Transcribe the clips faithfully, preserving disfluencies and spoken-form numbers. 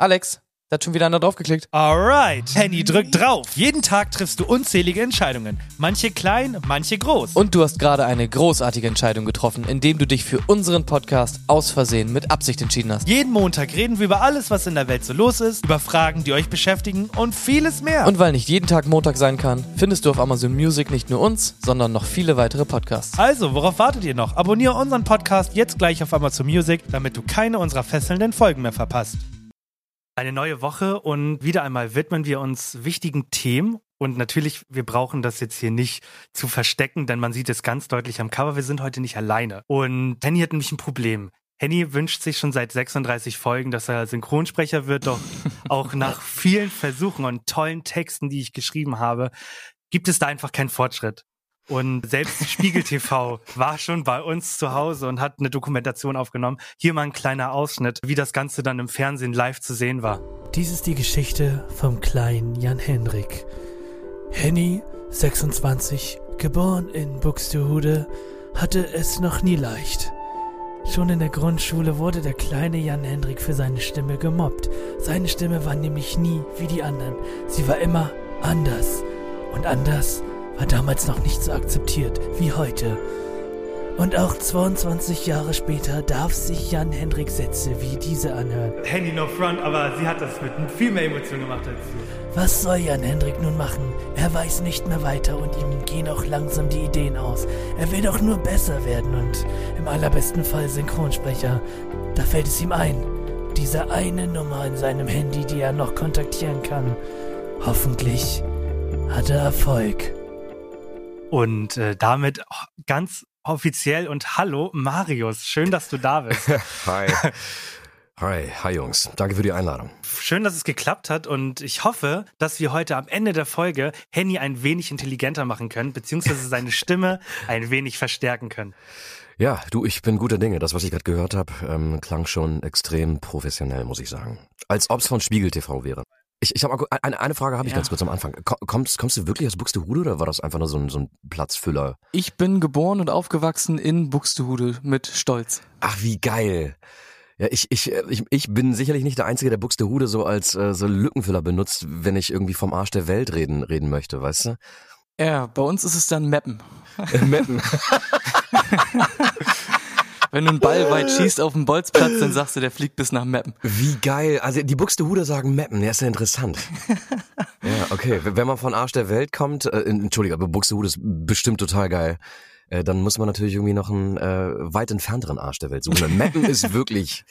Alex, da hat schon wieder einer draufgeklickt. Alright, Henny drückt drauf. Jeden Tag triffst du unzählige Entscheidungen. Manche klein, manche groß. Und du hast gerade eine großartige Entscheidung getroffen, indem du dich für unseren Podcast aus Versehen mit Absicht entschieden hast. Jeden Montag reden wir über alles, was in der Welt so los ist, über Fragen, die euch beschäftigen und vieles mehr. Und weil nicht jeden Tag Montag sein kann, findest du auf Amazon Music nicht nur uns, sondern noch viele weitere Podcasts. Also, worauf wartet ihr noch? Abonniere unseren Podcast jetzt gleich auf Amazon Music, damit du keine unserer fesselnden Folgen mehr verpasst. Eine neue Woche und wieder einmal widmen wir uns wichtigen Themen. Und natürlich, wir brauchen das jetzt hier nicht zu verstecken, denn man sieht es ganz deutlich am Cover. Wir sind heute nicht alleine. Und Henny hat nämlich ein Problem. Henny wünscht sich schon seit sechsunddreißig Folgen, dass er Synchronsprecher wird. Doch auch nach vielen Versuchen und tollen Texten, die ich geschrieben habe, gibt es da einfach keinen Fortschritt. Und selbst Spiegel T V war schon bei uns zu Hause und hat eine Dokumentation aufgenommen. Hier mal ein kleiner Ausschnitt, wie das Ganze dann im Fernsehen live zu sehen war. Dies ist die Geschichte vom kleinen Jan-Hendrik. Henny, sechsundzwanzig, geboren in Buxtehude, hatte es noch nie leicht. Schon in der Grundschule wurde der kleine Jan-Hendrik für seine Stimme gemobbt. Seine Stimme war nämlich nie wie die anderen. Sie war immer anders. Und anders war damals noch nicht so akzeptiert wie heute. Und auch zweiundzwanzig Jahre später darf sich Jan-Hendrik Sätze wie diese anhören. Henny no front, aber sie hat das mit viel mehr Emotionen gemacht als du. Was soll Jan-Hendrik nun machen? Er weiß nicht mehr weiter und ihm gehen auch langsam die Ideen aus. Er will doch nur besser werden und im allerbesten Fall Synchronsprecher. Da fällt es ihm ein. Diese eine Nummer in seinem Handy, die er noch kontaktieren kann. Hoffentlich hat er Erfolg. Und äh, damit ganz offiziell und hallo Marius, schön, dass du da bist. Hi. Hi, hi Jungs, danke für die Einladung. Schön, dass es geklappt hat und ich hoffe, dass wir heute am Ende der Folge Henny ein wenig intelligenter machen können, beziehungsweise seine Stimme ein wenig verstärken können. Ja, du, ich bin guter Dinge. Das, was ich gerade gehört habe, ähm, klang schon extrem professionell, muss ich sagen. Als ob es von Spiegel T V wäre. Ich, ich habe eine, eine Frage habe ich ja. ganz kurz am Anfang. Kommst, kommst du wirklich aus Buxtehude oder war das einfach nur so ein, so ein Platzfüller? Ich bin geboren und aufgewachsen in Buxtehude mit Stolz. Ach, wie geil. Ja, ich, ich, ich, ich bin sicherlich nicht der Einzige, der Buxtehude so als äh, so Lückenfüller benutzt, wenn ich irgendwie vom Arsch der Welt reden, reden möchte, weißt du? Ja, bei uns ist es dann Meppen. Meppen. Wenn du einen Ball weit schießt auf dem Bolzplatz, dann sagst du, der fliegt bis nach Meppen. Wie geil. Also die Buxtehuder sagen Meppen, ja, ist ja interessant. Ja, okay. Wenn man von Arsch der Welt kommt, äh, Entschuldigung, aber Buxtehude ist bestimmt total geil. Äh, dann muss man natürlich irgendwie noch einen äh, weit entfernteren Arsch der Welt suchen. Meppen ist wirklich,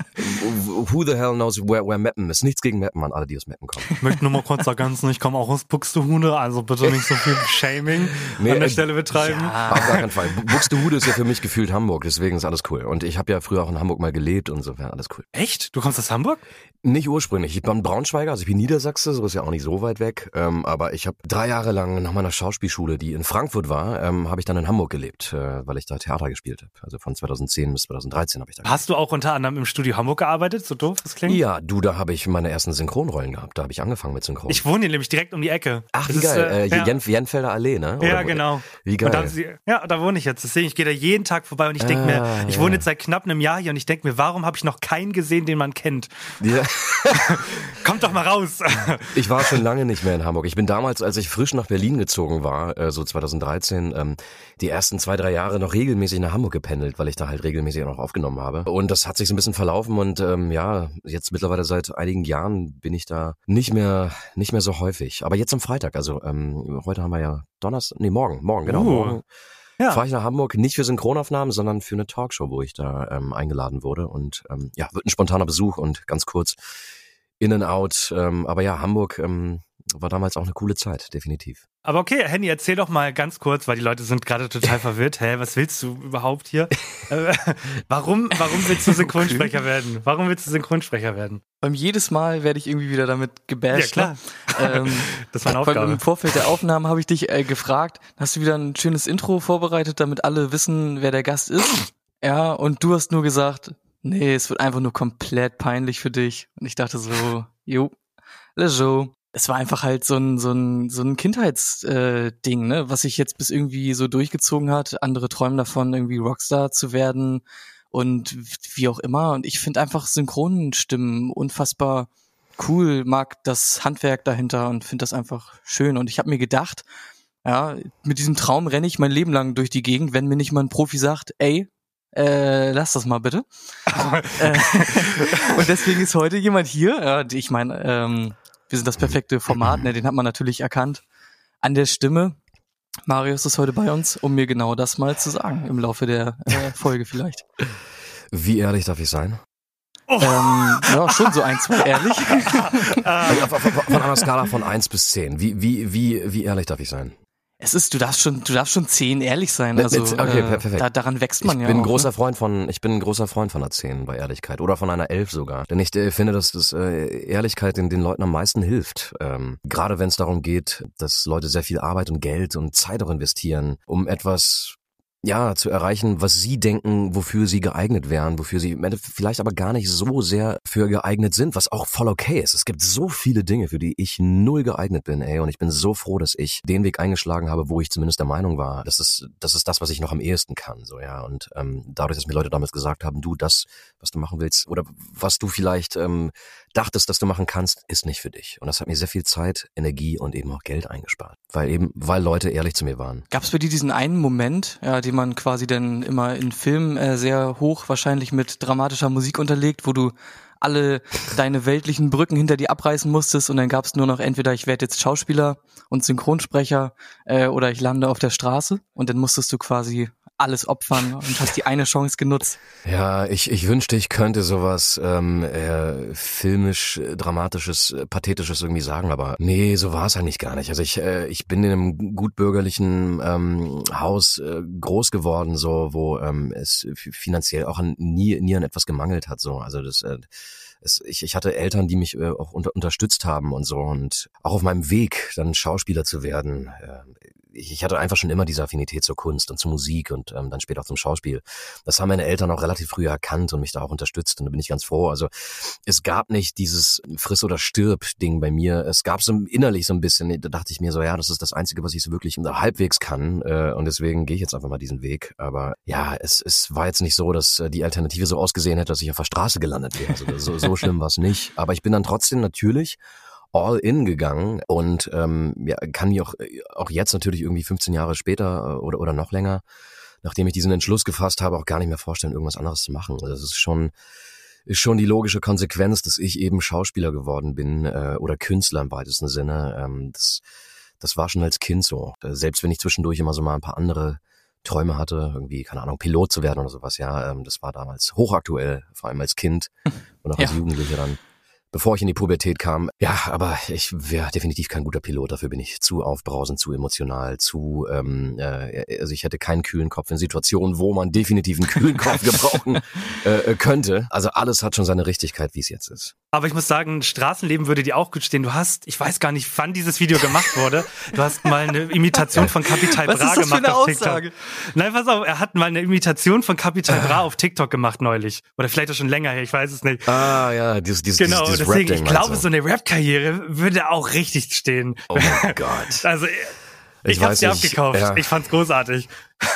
who the hell knows where, where Meppen ist. Nichts gegen Meppen an alle, die aus Meppen kommen. Ich möchte nur mal kurz ergänzen, ich komme auch aus Buxtehude, also bitte nicht so viel Shaming nee, an der Stelle betreiben. Ja, auf gar keinen Fall. Buxtehude ist ja für mich gefühlt Hamburg, deswegen ist alles cool. Und ich habe ja früher auch in Hamburg mal gelebt und so, ja, alles cool. Echt? Du kommst aus Hamburg? Nicht ursprünglich. Ich bin Braunschweiger, also ich bin Niedersachse, so ist ja auch nicht so weit weg. Ähm, aber ich habe drei Jahre lang nach meiner Schauspielschule, die in Frankfurt war, ähm, habe ich dann in Hamburg gelebt, äh, weil ich da Theater gespielt habe. Also von zweitausendzehn bis zweitausenddreizehn habe ich da Hast gespielt. Du auch unter anderem im Studio Hamburg gearbeitet, so doof das klingt? Ja, du, da habe ich meine ersten Synchronrollen gehabt. Da habe ich angefangen mit Synchron. Ich wohne hier nämlich direkt um die Ecke. Ach, das wie geil. Ist, äh, äh, ja. Jen, Jenfelder Allee, ne? Oder, ja, genau. Wie geil. Da, ja, da wohne ich jetzt. Deswegen, ich gehe da jeden Tag vorbei und ich denke ah, mir, ich ja. wohne jetzt seit knapp einem Jahr hier und ich denke mir, warum habe ich noch keinen gesehen, den man kennt? Ja. Kommt doch mal raus. Ich war schon lange nicht mehr in Hamburg. Ich bin damals, als ich frisch nach Berlin gezogen war, äh, so zweitausenddreizehn, ähm, die ersten zwei, drei Jahre noch regelmäßig nach Hamburg gependelt, weil ich da halt regelmäßig auch noch aufgenommen habe. Und das hat sich so ein bisschen verlaufen und ähm, ja, jetzt mittlerweile seit einigen Jahren bin ich da nicht mehr nicht mehr so häufig. Aber jetzt am Freitag, also ähm, heute haben wir ja Donnerstag, nee, morgen, morgen, genau, uh. morgen. Ja. Fahre ich nach Hamburg, nicht für Synchronaufnahmen, sondern für eine Talkshow, wo ich da ähm, eingeladen wurde. Und ähm, ja, wird ein spontaner Besuch und ganz kurz in and out. Ähm, aber ja, Hamburg ähm, war damals auch eine coole Zeit, definitiv. Aber okay, Henny, erzähl doch mal ganz kurz, weil die Leute sind gerade total verwirrt. Hä, was willst du überhaupt hier? äh, warum, warum willst du Synchronsprecher okay. werden? Warum willst du Synchronsprecher werden? Beim jedes Mal werde ich irgendwie wieder damit gebasht. Ja, klar. Ähm, das war eine Aufgabe. Im Vorfeld der Aufnahmen habe ich dich äh, gefragt, hast du wieder ein schönes Intro vorbereitet, damit alle wissen, wer der Gast ist? Ja, und du hast nur gesagt, nee, es wird einfach nur komplett peinlich für dich. Und ich dachte so, jo, let's go. Es war einfach halt so ein so ein so ein Kindheitsding, äh, Ding, ne, was sich jetzt bis irgendwie so durchgezogen hat. Andere träumen davon, irgendwie Rockstar zu werden und wie auch immer. Und ich finde einfach Synchronstimmen unfassbar cool, mag das Handwerk dahinter und finde das einfach schön. Und ich habe mir gedacht, ja, mit diesem Traum renne ich mein Leben lang durch die Gegend, wenn mir nicht mal ein Profi sagt, ey, äh, lass das mal bitte. äh, und deswegen ist heute jemand hier, ja, ich meine, ähm, wir sind das perfekte Format, ne, den hat man natürlich erkannt an der Stimme. Marius ist heute bei uns, um mir genau das mal zu sagen, im Laufe der äh, Folge vielleicht. Wie ehrlich darf ich sein? Oh. Ähm, ja, schon so ein, zwei ehrlich. Also von, von einer Skala von eins bis zehn. Wie, wie, wie, wie ehrlich darf ich sein? Es ist, du darfst schon, du darfst schon zehn ehrlich sein. Also okay, äh, perfekt. Da, daran wächst man ich ja. Bin auch, ein großer ne? Freund von, ich bin ein großer Freund von einer zehn bei Ehrlichkeit oder von einer elf sogar. Denn ich äh, finde, dass das äh, Ehrlichkeit den, den Leuten am meisten hilft. Ähm, gerade wenn es darum geht, dass Leute sehr viel Arbeit und Geld und Zeit auch investieren, um etwas ja, zu erreichen, was sie denken, wofür sie geeignet wären, wofür sie vielleicht aber gar nicht so sehr für geeignet sind, was auch voll okay ist. Es gibt so viele Dinge, für die ich null geeignet bin, ey, und ich bin so froh, dass ich den Weg eingeschlagen habe, wo ich zumindest der Meinung war, das ist das ist das, was ich noch am ehesten kann, so, ja, und ähm, dadurch, dass mir Leute damals gesagt haben, du, das, was du machen willst oder was du vielleicht ähm, dachtest, dass du machen kannst, ist nicht für dich. Und das hat mir sehr viel Zeit, Energie und eben auch Geld eingespart, weil eben, weil Leute ehrlich zu mir waren. Gab es bei dir diesen einen Moment, ja, den man quasi dann immer in Filmen äh, sehr hoch wahrscheinlich mit dramatischer Musik unterlegt, wo du alle deine weltlichen Brücken hinter dir abreißen musstest und dann gab es nur noch entweder ich werde jetzt Schauspieler und Synchronsprecher äh, oder ich lande auf der Straße und dann musstest du quasi alles opfern und hast die eine Chance genutzt. Ja, ich ich wünschte, ich könnte sowas ähm, äh, filmisch, dramatisches, pathetisches irgendwie sagen, aber nee, so war es eigentlich gar nicht. Also ich äh, ich bin in einem gutbürgerlichen ähm, Haus äh, groß geworden, so wo ähm, es finanziell auch an, nie nie an etwas gemangelt hat, so. Also das äh, es, ich, ich hatte Eltern, die mich äh, auch unter, unterstützt haben und so und auch auf meinem Weg, dann Schauspieler zu werden. Äh, ich hatte einfach schon immer diese Affinität zur Kunst und zur Musik und ähm, dann später auch zum Schauspiel. Das haben meine Eltern auch relativ früh erkannt und mich da auch unterstützt und da bin ich ganz froh. Also es gab nicht dieses Friss- oder Stirb-Ding bei mir. Es gab so innerlich so ein bisschen, da dachte ich mir so, ja, das ist das Einzige, was ich so wirklich halbwegs kann äh, und deswegen gehe ich jetzt einfach mal diesen Weg. Aber ja, es, es war jetzt nicht so, dass die Alternative so ausgesehen hätte, dass ich auf der Straße gelandet wäre. Also so, so schlimm war es nicht. Aber ich bin dann trotzdem natürlich all in gegangen und ähm, ja, kann mir auch auch jetzt natürlich irgendwie fünfzehn Jahre später oder oder noch länger, nachdem ich diesen Entschluss gefasst habe, auch gar nicht mehr vorstellen, irgendwas anderes zu machen. Also das ist schon ist schon die logische Konsequenz, dass ich eben Schauspieler geworden bin äh, oder Künstler im weitesten Sinne. Ähm, das das war schon als Kind so. Selbst wenn ich zwischendurch immer so mal ein paar andere Träume hatte, irgendwie, keine Ahnung, Pilot zu werden oder sowas, ja, ähm, das war damals hochaktuell, vor allem als Kind und auch als ja. Jugendlicher dann. Bevor ich in die Pubertät kam. Ja, aber ich wäre definitiv kein guter Pilot. Dafür bin ich zu aufbrausend, zu emotional, zu, ähm, äh, also ich hätte keinen kühlen Kopf in Situationen, wo man definitiv einen kühlen Kopf gebrauchen äh, könnte. Also alles hat schon seine Richtigkeit, wie es jetzt ist. Aber ich muss sagen, Straßenleben würde dir auch gut stehen. Du hast, ich weiß gar nicht, wann dieses Video gemacht wurde. Du hast mal eine Imitation von Capital Bra gemacht für eine auf Aussage? TikTok. Nein, pass auf, er hat mal eine Imitation von Capital Bra auf TikTok gemacht neulich. Oder vielleicht auch schon länger her, ich weiß es nicht. Ah ja, dieses, dieses, genau, dieses, dieses deswegen, Rap-Ding, ich glaube, also. so eine Rap-Karriere würde auch richtig stehen. Oh mein Gott. Also, ich, ich hab's dir abgekauft. Ja. Ich fand's großartig.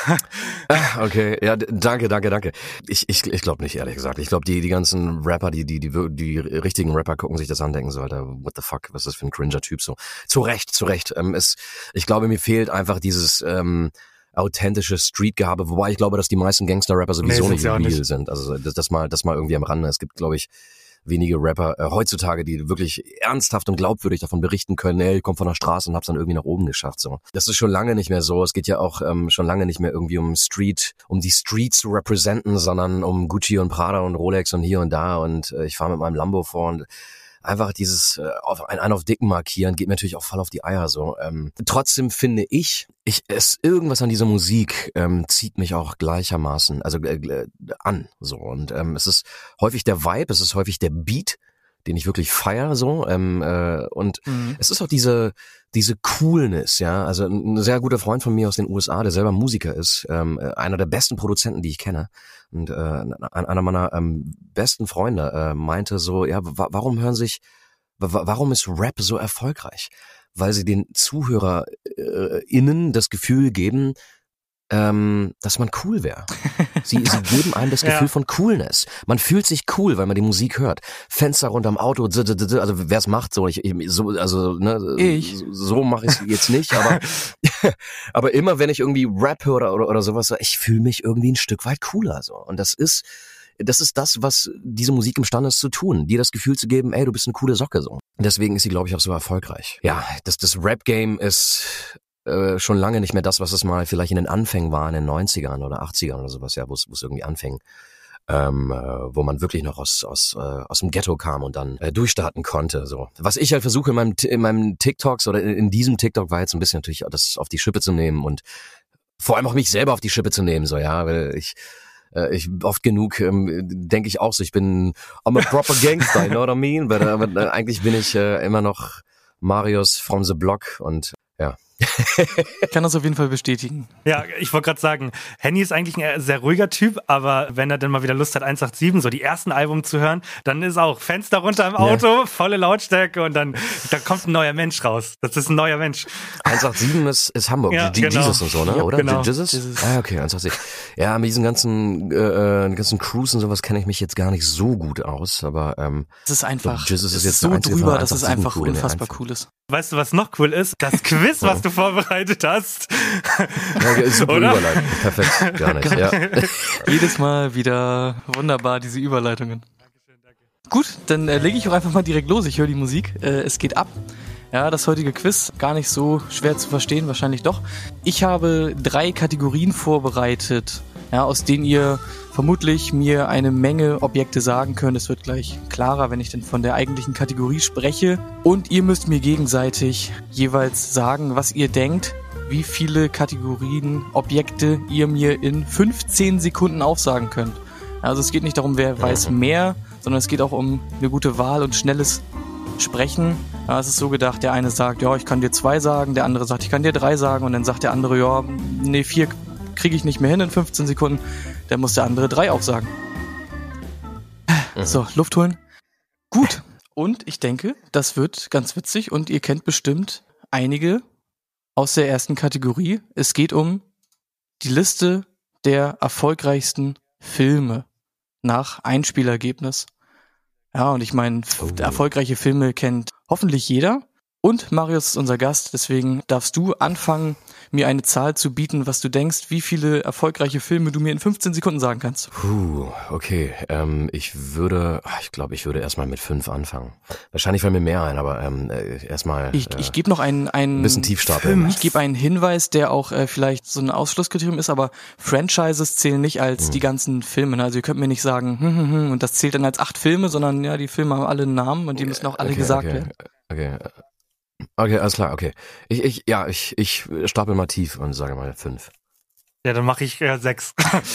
Okay, ja, danke, danke, danke. Ich ich ich glaube nicht, ehrlich gesagt. Ich glaube, die die ganzen Rapper, die die die die richtigen Rapper gucken sich das an, denken so, Alter, what the fuck, was ist das für ein cringer Typ so. Zu Recht, zu Recht. Ähm, es, ich glaube, mir fehlt einfach dieses ähm, authentische Streetgehabe, wobei ich glaube, dass die meisten Gangster-Rapper sowieso nee, nicht real nicht. sind. Also das, das mal das mal irgendwie am Rande. Es gibt, glaube ich, wenige Rapper äh, heutzutage, die wirklich ernsthaft und glaubwürdig davon berichten können, ey, ich komm von der Straße und hab's dann irgendwie nach oben geschafft. So, das ist schon lange nicht mehr so. Es geht ja auch ähm, schon lange nicht mehr irgendwie um Street, um die Street zu representen, sondern um Gucci und Prada und Rolex und hier und da. Und äh, ich fahre mit meinem Lambo vor und einfach dieses äh, auf, ein, ein auf Dicken markieren geht mir natürlich auch voll auf die Eier. So, ähm, trotzdem finde ich, ich es irgendwas an dieser Musik ähm, zieht mich auch gleichermaßen also äh, an. So und ähm, es ist häufig der Vibe, es ist häufig der Beat, den ich wirklich feiere. So ähm, äh, und mhm. es ist auch diese diese Coolness, ja. Also ein sehr guter Freund von mir aus den U S A, der selber Musiker ist, ähm, einer der besten Produzenten, die ich kenne. Und äh, einer meiner ähm, besten Freunde äh, meinte so, ja, w- warum hören sich, w- warum ist Rap so erfolgreich? Weil sie den ZuhörerInnen das Gefühl geben, ähm, dass man cool wäre. Sie, sie geben einem das Gefühl Ja. von Coolness. Man fühlt sich cool, weil man die Musik hört. Fenster runter am Auto, z- z- z- also wer es macht, so, ich, ich, so, also ne, Ich. so, so mache ich es jetzt nicht, aber aber immer wenn ich irgendwie Rap höre oder, oder, oder sowas, ich fühle mich irgendwie ein Stück weit cooler so. Und das ist das ist das, was diese Musik imstande ist zu tun, dir das Gefühl zu geben, ey, du bist eine coole Socke so. Deswegen ist sie, glaube ich, auch so erfolgreich. Ja, das das Rap-Game ist äh, schon lange nicht mehr das, was es mal vielleicht in den Anfängen war, in den neunzigern oder achtzigern oder sowas, ja, wo es wo es irgendwie anfing. Ähm, äh, wo man wirklich noch aus aus äh, aus dem Ghetto kam und dann äh, durchstarten konnte. So, was ich halt versuche in meinem in meinem TikToks oder in, in diesem TikTok war jetzt ein bisschen natürlich das auf die Schippe zu nehmen und vor allem auch mich selber auf die Schippe zu nehmen. So, ja, weil ich äh, ich oft genug ähm, denke ich auch so, ich bin I'm a proper gangster, you know what I mean? Aber, aber äh, eigentlich bin ich äh, immer noch Marius from the Block und ja. Ich kann das auf jeden Fall bestätigen. Ja, ich wollte gerade sagen, Henny ist eigentlich ein sehr ruhiger Typ, aber wenn er dann mal wieder Lust hat, eins acht sieben, so die ersten Alben zu hören, dann ist auch Fenster runter im Auto, volle Lautstärke und dann da kommt ein neuer Mensch raus. Das ist ein neuer Mensch. eins acht sieben ist, ist Hamburg, Ja, die genau. Jesus und so, ne? Ja, Oder? genau. Jesus? Jesus. Ah, okay, eins acht sieben. Ja, mit diesen ganzen, äh, äh, ganzen Crews und sowas kenne ich mich jetzt gar nicht so gut aus, aber ähm, Es ist einfach, Jesus ist es jetzt ist so der einzige von drüber, der dass es eins acht sieben einfach Crew, ne? unfassbar Einfach. cool ist. Weißt du, was noch cool ist? Das Quiz, was du vorbereitet hast. Ja, super Oder? Überleitung. Perfekt, gar nicht. Ja. Jedes Mal wieder wunderbar, diese Überleitungen. Gut, dann äh, lege ich auch einfach mal direkt los. Ich höre die Musik. Äh, es geht ab. Ja, das heutige Quiz, gar nicht so schwer zu verstehen, wahrscheinlich doch. Ich habe drei Kategorien vorbereitet, ja, aus denen ihr vermutlich mir eine Menge Objekte sagen könnt. Es wird gleich klarer, wenn ich denn von der eigentlichen Kategorie spreche. Und ihr müsst mir gegenseitig jeweils sagen, was ihr denkt, wie viele Kategorien, Objekte ihr mir in fünfzehn Sekunden aufsagen könnt. Also es geht nicht darum, wer weiß mehr, sondern es geht auch um eine gute Wahl und schnelles Sprechen. Ja, es ist so gedacht, der eine sagt, ja, ich kann dir zwei sagen, der andere sagt, ich kann dir drei sagen und dann sagt der andere, ja, nee, vier kriege ich nicht mehr hin in fünfzehn Sekunden. Dann muss der andere drei aufsagen. So, Luft holen. Gut. Und ich denke, das wird ganz witzig und ihr kennt bestimmt einige aus der ersten Kategorie. Es geht um die Liste der erfolgreichsten Filme nach Einspielergebnis. Ja, und ich meine, Oh. erfolgreiche Filme kennt hoffentlich jeder. Und Marius ist unser Gast, deswegen darfst du anfangen, mir eine Zahl zu bieten, was du denkst, wie viele erfolgreiche Filme du mir in fünfzehn Sekunden sagen kannst. Puh, okay. Ähm, ich würde, ich glaube, ich würde erstmal mit fünf anfangen. Wahrscheinlich fallen mir mehr ein, aber ähm, äh, erstmal Ich, äh, ich gebe noch einen, einen ein bisschen tief stapeln. Ich gebe einen Hinweis, der auch äh, vielleicht so ein Ausschlusskriterium ist, aber Franchises zählen nicht als Hm. die ganzen Filme. Ne? Also ihr könnt mir nicht sagen, hm, hm, hm, und das zählt dann als acht Filme, sondern ja, die Filme haben alle einen Namen und die müssen auch alle okay, gesagt okay, werden. Okay. Okay, alles klar, okay. Ich, ich, ja, ich, ich stapel mal tief und sage mal fünf. Ja, dann mache ich äh, sechs.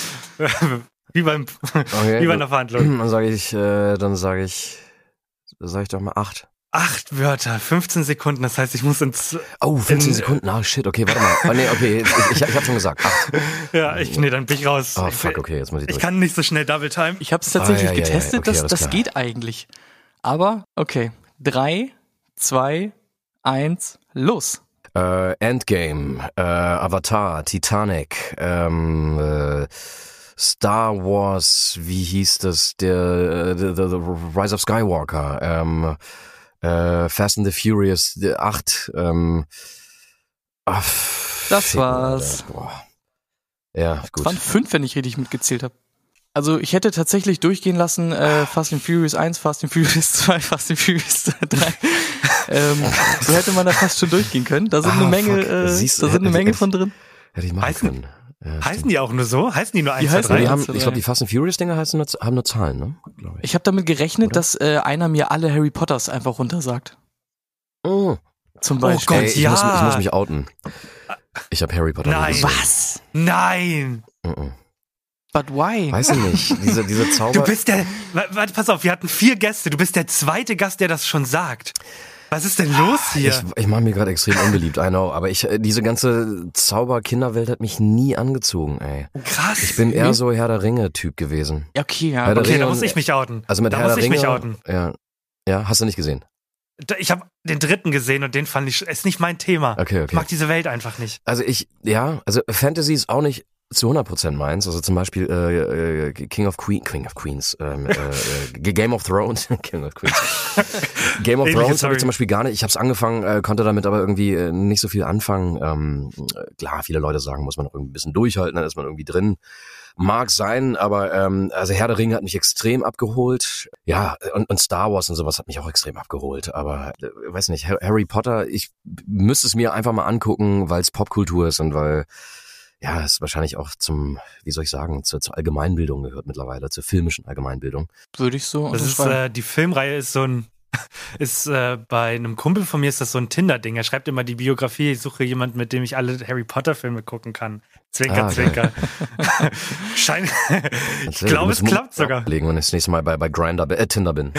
wie beim Okay, wie bei einer Verhandlung. Dann sage ich, äh, dann sage ich, sage ich doch mal acht. Acht Wörter, fünfzehn Sekunden, das heißt, ich muss ins... Oh, fünfzehn In- Sekunden, ah shit, okay, warte mal. Oh, nee, okay, ich, ich, ich habe schon gesagt, acht. Ja, ich, nee, dann bin ich raus. Oh ich, fuck, okay, jetzt muss ich ich durch. kann nicht so schnell Double Time. Ich habe es tatsächlich Ah, ja, ja, ja, getestet, okay, das, alles das klar. geht eigentlich. Aber, okay, drei, zwei, eins, los. Äh, Endgame, äh, Avatar, Titanic, ähm, äh, Star Wars, wie hieß das, der, äh, the, the, the Rise of Skywalker, ähm, äh, Fast and the Furious the acht, ähm, ach, Das ficken, war's. Alter, boah. Ja, Es gut. waren fünf, wenn ich richtig mitgezählt habe. Also ich hätte tatsächlich durchgehen lassen, äh, Fast and Furious eins, Fast and Furious zwei, Fast and Furious drei. ähm, so hätte man da fast schon durchgehen können. Da sind Ah, eine Menge, fuck. äh, Siehst da du, sind eine hätte- Menge von drin. Hätte ich machen Heißen- können. Ja, Heißen die auch nur so? Heißen die nur eins, Die zwei, heißen drei? die eins, haben, zwei, ich drei. glaube, die Fast and Furious Dinger heißen nur, haben nur Zahlen, ne? Glaube ich. Ich habe damit gerechnet, Oder? dass äh, einer mir alle Harry Potters einfach runtersagt. Oh, Zum Beispiel. Gott, ey, ich, ja. muss, ich muss mich outen. Ich habe Harry Potter Nein. nie gesehen. Was? Nein! Mhm. But why? Weiß ich nicht. Diese, diese Zauber. Du bist der... wa- Warte, pass auf, wir hatten vier Gäste. Du bist der zweite Gast, der das schon sagt. Was ist denn los hier? Ich, ich mache mir gerade extrem unbeliebt, I know, aber ich, äh, diese ganze Zauber-Kinderwelt hat mich nie angezogen, ey. Krass. Ich bin eher so Herr der Ringe-Typ gewesen. Ja, okay, ja. Herr der Okay, Ringe da muss und- ich mich outen. Also mit da Herr muss der ich mich Ringe. outen. Ja. Ja, hast du nicht gesehen? Da- Ich habe den dritten gesehen und den fand ich... Ist nicht mein Thema. Okay, Ich okay. mag diese Welt einfach nicht. Also ich, ja, also Fantasy ist auch nicht zu hundert Prozent meins. Also zum Beispiel äh, äh, King of Queens, King of Queens, ähm, äh, äh, Game of Thrones, King of Queens. Game of Thrones habe ich zum Beispiel gar nicht. Ich habe es angefangen, äh, konnte damit aber irgendwie äh, nicht so viel anfangen. Ähm, klar, viele Leute sagen, muss man noch irgendwie ein bisschen durchhalten, dann ist man irgendwie drin. Mag sein, aber ähm, also Herr der Ringe hat mich extrem abgeholt. Ja, und, und Star Wars und sowas hat mich auch extrem abgeholt. Aber äh, weiß nicht, Harry Potter, ich müsste es mir einfach mal angucken, weil es Popkultur ist und weil ja, es wahrscheinlich auch zum, wie soll ich sagen, zur, zur Allgemeinbildung gehört mittlerweile, zur filmischen Allgemeinbildung. Würde ich so Das ist, äh, die Filmreihe ist so ein, ist äh, bei einem Kumpel von mir ist das so ein Tinder-Ding. Er schreibt immer die Biografie, ich suche jemanden, mit dem ich alle Harry Potter-Filme gucken kann. Zwinker, ah, zwinker. Schein. Ich glaube, es klappt sogar. Legen, wenn ich das nächste Mal bei, bei Grindr, äh, Tinder bin.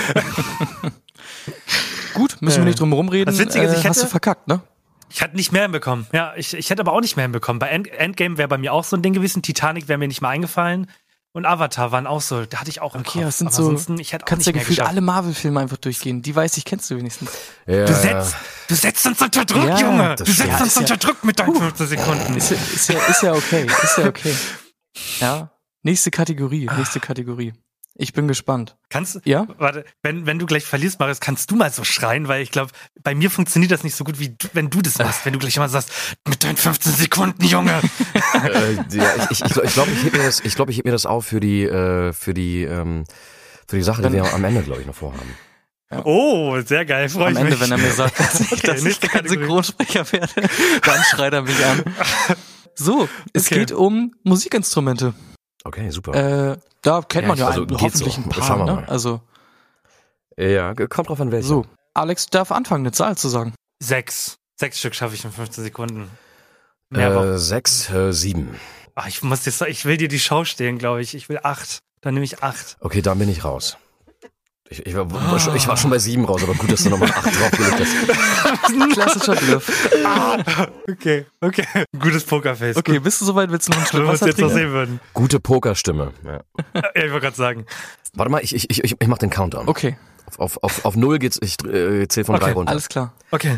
Gut, müssen wir nicht drum rumreden. Das Witzige ist, ich äh, hast hätte- du verkackt, ne? Ich hätte nicht mehr hinbekommen. Ja, ich, ich hätte aber auch nicht mehr hinbekommen. Bei End, Endgame wäre bei mir auch so ein Ding gewesen. Titanic wäre mir nicht mal eingefallen. Und Avatar waren auch so. Da hatte ich auch im Okay, Kopf. das sind aber so, ansonsten, ich hätte auch kannst nicht ja mehr gefühlt geschafft. alle Marvel-Filme einfach durchgehen. Die weiß ich, kennst du wenigstens. Ja, Du setzt, du setzt uns unter Druck, Ja, Junge. das Du setzt stimmt. uns Ja, unter ist Druck mit deinen fünfzehn Sekunden. Ist ja, ist ja, ist ja okay, ist ja okay. Ja, nächste Kategorie, nächste Kategorie. Ich bin gespannt. Kannst, Ja? warte, wenn, wenn du gleich verlierst, Marius, kannst du mal so schreien, weil ich glaube, bei mir funktioniert das nicht so gut, wie du, wenn du das machst. Wenn du gleich immer sagst, mit deinen fünfzehn Sekunden, Junge. äh, ja, ich ich, ich glaube, ich, glaub, ich heb mir das, ich glaube, ich heb mir das auf für die, äh, für die, ähm, für die Sache, die wir am Ende, glaube ich, noch vorhaben. Oh, sehr geil, freue Am ich Ende, mich. wenn er mir sagt, dass ich, Okay, dass ich nächste kein Kategorie. Synchronsprecher werde, dann schreit er mich an. So, es Okay. geht um Musikinstrumente. Okay, super. Äh, da kennt Ja, man ja also ein, geht hoffentlich so. ein paar, Schauen wir ne? mal. Also, ja, kommt drauf an welche. so. Alex darf anfangen, eine Zahl zu sagen. Sechs. Sechs Stück schaffe ich in fünfzehn Sekunden. Mehr Äh, äh, sechs, äh, sieben. Ach, ich muss dir, so- ich will dir die Show stehlen, glaube ich. Ich will acht. Dann nehme ich acht. Okay, dann bin ich raus. Ich, ich, war, war schon, ich war schon bei sieben raus, aber gut, dass du nochmal acht draufgelegt hast. Klassischer Bluff. Okay, okay. Gutes Pokerface. Okay, bist du soweit? Willst du noch einen Gut, Schluck wenn wir uns Wasser jetzt noch trinken? sehen würden. Gute Pokerstimme. Ja. Ja, ich wollte gerade sagen. Warte mal, ich, ich, ich, ich mach den Countdown. Okay, Auf, auf, auf, auf null geht's, ich äh, zähl von Okay, drei runter. alles klar. Okay.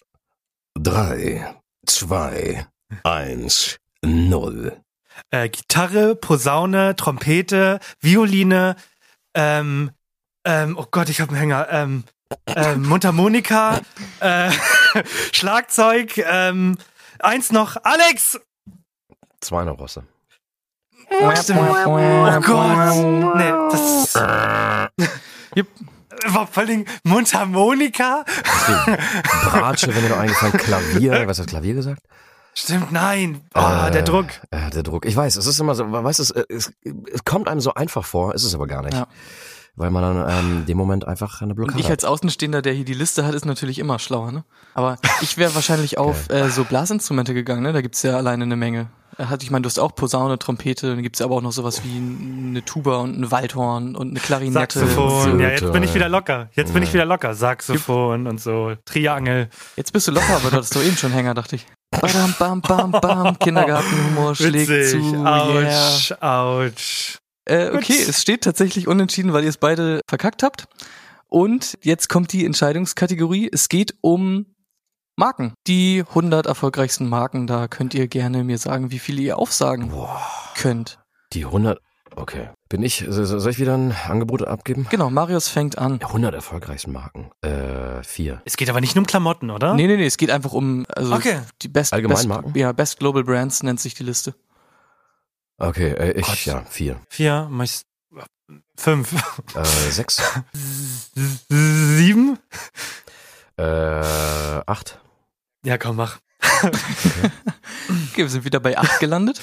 Drei, zwei, eins, null. Äh, Gitarre, Posaune, Trompete, Violine, ähm, ähm, oh Gott, ich habe einen Hänger, ähm, ähm, Mundharmonika, äh, Schlagzeug, ähm, eins noch, Alex! Zwei noch, Rosse. Stimmt. Oh Gott, nee, das Jupp. war vor allem Mundharmonika? Bratsche, wenn mir noch eingefallen. Klavier. Was hat Klavier gesagt? Stimmt, nein, oh, Äh, der Druck. Äh, der Druck. Ich weiß, es ist immer so, man weiß es, äh, es, es kommt einem so einfach vor, ist es aber gar nicht. Ja. Weil man dann ähm, dem Moment einfach eine Und Blockade ich hat. als Außenstehender, der hier die Liste hat, ist natürlich immer schlauer, ne? Aber ich wäre wahrscheinlich auf äh, so Blasinstrumente gegangen, ne? Da gibt's ja alleine eine Menge. Da hat- Ich meine, du hast auch Posaune, Trompete, dann gibt's aber auch noch sowas wie eine Tuba und ein Waldhorn und eine Klarinette. Saxophon, ja, jetzt Flöte. bin ich wieder locker. Jetzt bin Ja. ich wieder locker. Saxophon und so, Triangel. Jetzt bist du locker, aber du hattest doch eben schon Hänger, dachte ich. Badam, bam, bam, bam, Kindergartenhumor schlägt Witzig. zu. Yeah. Autsch, ouch. Äh, okay, Gut. es steht tatsächlich unentschieden, weil ihr es beide verkackt habt. Und jetzt kommt die Entscheidungskategorie. Es geht um Marken. Die hundert erfolgreichsten Marken. Da könnt ihr gerne mir sagen, wie viele ihr aufsagen könnt. Die hundert, okay. Bin ich, so- so- soll ich wieder ein Angebot abgeben? Genau, Marius fängt an. hundert erfolgreichsten Marken. Äh, vier. Es geht aber nicht nur um Klamotten, oder? Nee, nee, nee, es geht einfach um also Okay. die Best, Allgemeinmarken? Best, ja, Best Global Brands nennt sich die Liste. Okay, äh, ich, Gott. ja, vier. Vier, mach ich fünf. Äh, sechs. Sieben? Äh, acht. Ja, komm, mach. Okay, wir sind wieder bei acht gelandet.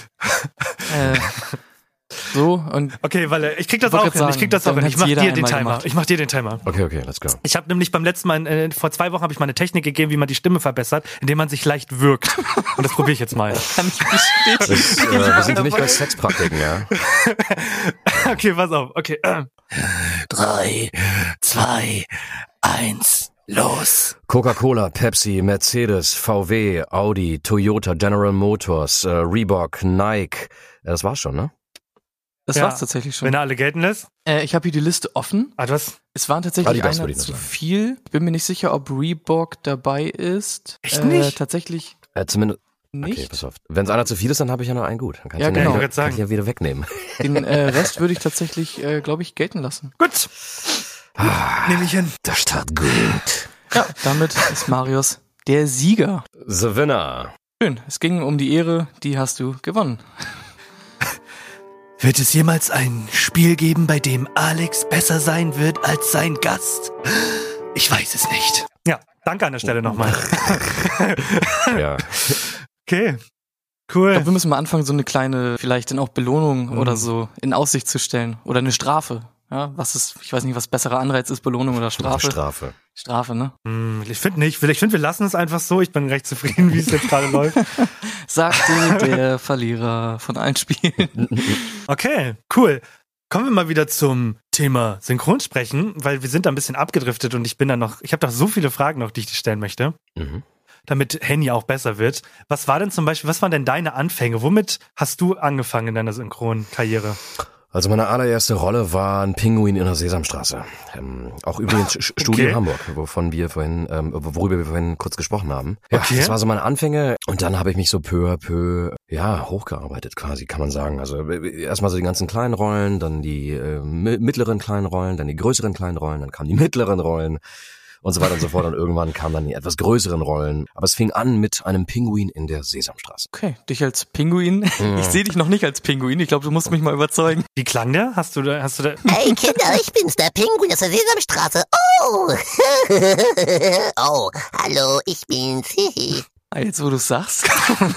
äh, so, und Okay, weil ich krieg das Ich wollte auch hin. grad Ich krieg das sagen, auch hin. dann Ich hat's mach jeder dir den einmal Timer. gemacht. Ich mach dir den Timer. Okay, okay, let's go. Ich habe nämlich beim letzten Mal, äh, vor zwei Wochen habe ich mal eine Technik gegeben, wie man die Stimme verbessert, indem man sich leicht wirkt. Und das probiere ich jetzt mal. kann ich bestätigen. Das, äh, wir sind hier nicht bei Sexpraktiken, ja? Okay, pass auf. Okay. ähm. Drei, zwei, eins, los. Coca-Cola, Pepsi, Mercedes, V W, Audi, Toyota, General Motors, äh, Reebok, Nike. Ja, das war's schon, ne? Das Ja. war's tatsächlich schon. Wenn er alle gelten lässt. Äh, ich habe hier die Liste offen. Ah, du hast. Es waren tatsächlich Adidas einer würde ich noch zu sagen. viel. Ich bin mir nicht sicher, ob Reebok dabei ist. Echt äh, nicht? Tatsächlich. Äh, zumindest, nicht. Okay, pass auf. Wenn es einer zu viel ist, dann habe ich ja noch einen gut. Dann kannst Ja, du genau. wieder, Ich wollte kann ich ja wieder wegnehmen. Den äh, Rest würde ich tatsächlich, äh, glaube ich, gelten lassen. Gut. Nehme ich hin. Das startet gut. Ja, damit ist Marius der Sieger. The Winner. Schön, es ging um die Ehre, die hast du gewonnen. Wird es jemals ein Spiel geben, bei dem Alex besser sein wird als sein Gast? Ich weiß es nicht. Ja, danke an der Stelle nochmal. Ja. Okay, Ich cool. glaube, wir müssen mal anfangen, so eine kleine, vielleicht dann auch Belohnung Mhm. oder so in Aussicht zu stellen. Oder eine Strafe. Ja, was ist, ich weiß nicht, was besserer Anreiz ist, Belohnung oder Strafe. Strafe. Strafe, ne? Hm, ich finde nicht. Ich finde, wir lassen es einfach so. Ich bin recht zufrieden, wie es jetzt gerade läuft. Sagte der Verlierer von allen Spielen. Okay, cool. Kommen wir mal wieder zum Thema Synchronsprechen, weil wir sind da ein bisschen abgedriftet und ich bin da noch, ich habe da so viele Fragen noch, die ich dir stellen möchte, Mhm. damit Henny auch besser wird. Was war denn zum Beispiel, was waren denn deine Anfänge? Womit hast du angefangen in deiner Synchronkarriere? Also meine allererste Rolle war ein Pinguin in der Sesamstraße. Ähm, auch übrigens Sch- Studio Okay. Hamburg, wovon wir vorhin, ähm, worüber wir vorhin kurz gesprochen haben. Ja, Okay. das war so meine Anfänge und dann habe ich mich so peu à peu, ja, hochgearbeitet quasi, kann man sagen. Also äh, erstmal so die ganzen kleinen Rollen, dann die äh, mi- mittleren kleinen Rollen, dann die größeren kleinen Rollen, dann kamen die mittleren Rollen und so weiter und so fort. Und irgendwann kamen dann die etwas größeren Rollen. Aber es fing an mit einem Pinguin in der Sesamstraße. Okay, dich als Pinguin. Ich sehe dich noch nicht als Pinguin. Ich glaube, du musst mich mal überzeugen. Wie klang der? Hast du da, hast du da, Hey Kinder, ich bin's, der Pinguin aus der Sesamstraße. Oh! Oh, hallo, ich bin's. Ah, jetzt, wo du sagst.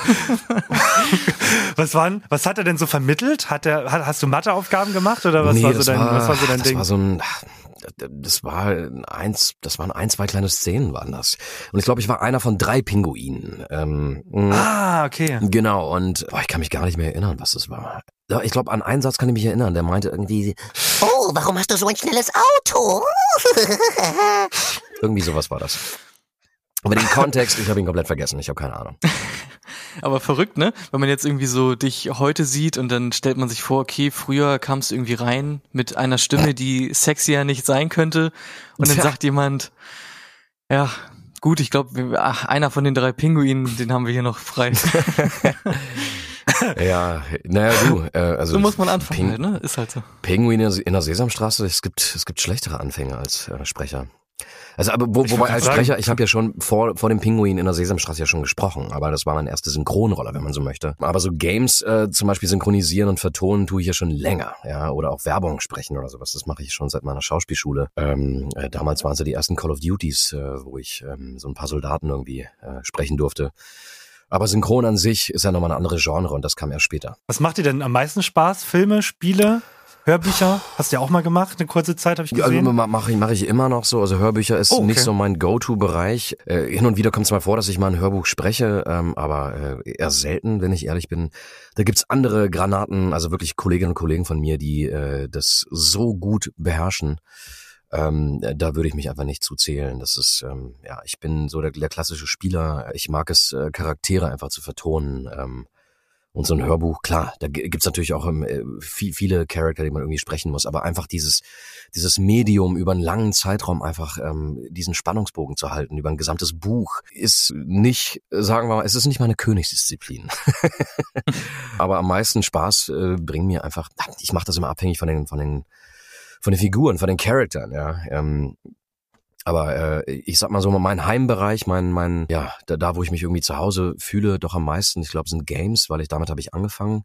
was waren, was hat er denn so vermittelt? Hat er, hat, hast du Matheaufgaben gemacht oder was Nee, war so das dein, war, was war so dein das Ding? war so ein, das war eins, das waren ein, zwei kleine Szenen waren das. Und ich glaube, ich war einer von drei Pinguinen. Ähm, Ah, okay. Genau, und boah, ich kann mich gar nicht mehr erinnern, was das war. Ja, ich glaube, an einen Satz kann ich mich erinnern, der meinte irgendwie, Oh, warum hast du so ein schnelles Auto? irgendwie sowas war das. Aber den Kontext, ich habe ihn komplett vergessen, ich habe keine Ahnung. Aber verrückt, ne? Wenn man jetzt irgendwie so dich heute sieht und dann stellt man sich vor, okay, früher kamst du irgendwie rein mit einer Stimme, die sexier nicht sein könnte. Und dann Tja. sagt jemand, ja, gut, ich glaube, einer von den drei Pinguinen, den haben wir hier noch frei. Ja, naja, du, äh, also So muss man anfangen, Ping- halt, ne? Ist halt so. Pinguine in der Sesamstraße, es gibt es gibt schlechtere Anfänge als äh, Sprecher. Also aber wo, Ich wobei wollte als sagen- Sprecher, ich habe ja schon vor vor dem Pinguin in der Sesamstraße ja schon gesprochen, aber das war meine erste Synchronrolle, wenn man so möchte. Aber so Games äh, zum Beispiel synchronisieren und vertonen tue ich ja schon länger, ja, oder auch Werbung sprechen oder sowas. Das mache ich schon seit meiner Schauspielschule. Ähm, äh, damals waren es ja die ersten Call of Duties, äh, wo ich ähm, so ein paar Soldaten irgendwie äh, sprechen durfte. Aber Synchron an sich ist ja nochmal eine andere Genre und das kam erst später. Was macht dir denn am meisten Spaß? Filme, Spiele, Hörbücher? Hast du ja auch mal gemacht, eine kurze Zeit, habe ich Ja, also gesehen. mache ich, mach ich immer noch so. Also Hörbücher ist Oh, okay. nicht so mein Go-To-Bereich. Äh, hin und wieder kommt es mal vor, dass ich mal ein Hörbuch spreche, ähm, aber äh, eher selten, wenn ich ehrlich bin. Da gibt's andere Granaten, also wirklich Kolleginnen und Kollegen von mir, die äh, das so gut beherrschen. Ähm, da würde ich mich einfach nicht zuzählen. Das ist, ähm, ja, ich bin so der, der klassische Spieler. Ich mag es, äh, Charaktere einfach zu vertonen. Ähm, und so ein Hörbuch, klar, da g- gibt's natürlich auch ähm, äh, viel, viele Charakter, die man irgendwie sprechen muss, aber einfach dieses dieses Medium über einen langen Zeitraum einfach ähm, diesen Spannungsbogen zu halten, über ein gesamtes Buch, ist nicht, sagen wir mal, es ist nicht meine Königsdisziplin. Aber am meisten Spaß äh, bringen mir einfach, ich mache das immer abhängig von den, von den, von den Figuren, von den Charakteren, ja. Ähm, aber äh, ich sag mal so, mein Heimbereich, mein, mein, ja, da, da wo ich mich irgendwie zu Hause fühle, doch am meisten, ich glaube, sind Games, weil ich damit habe ich angefangen.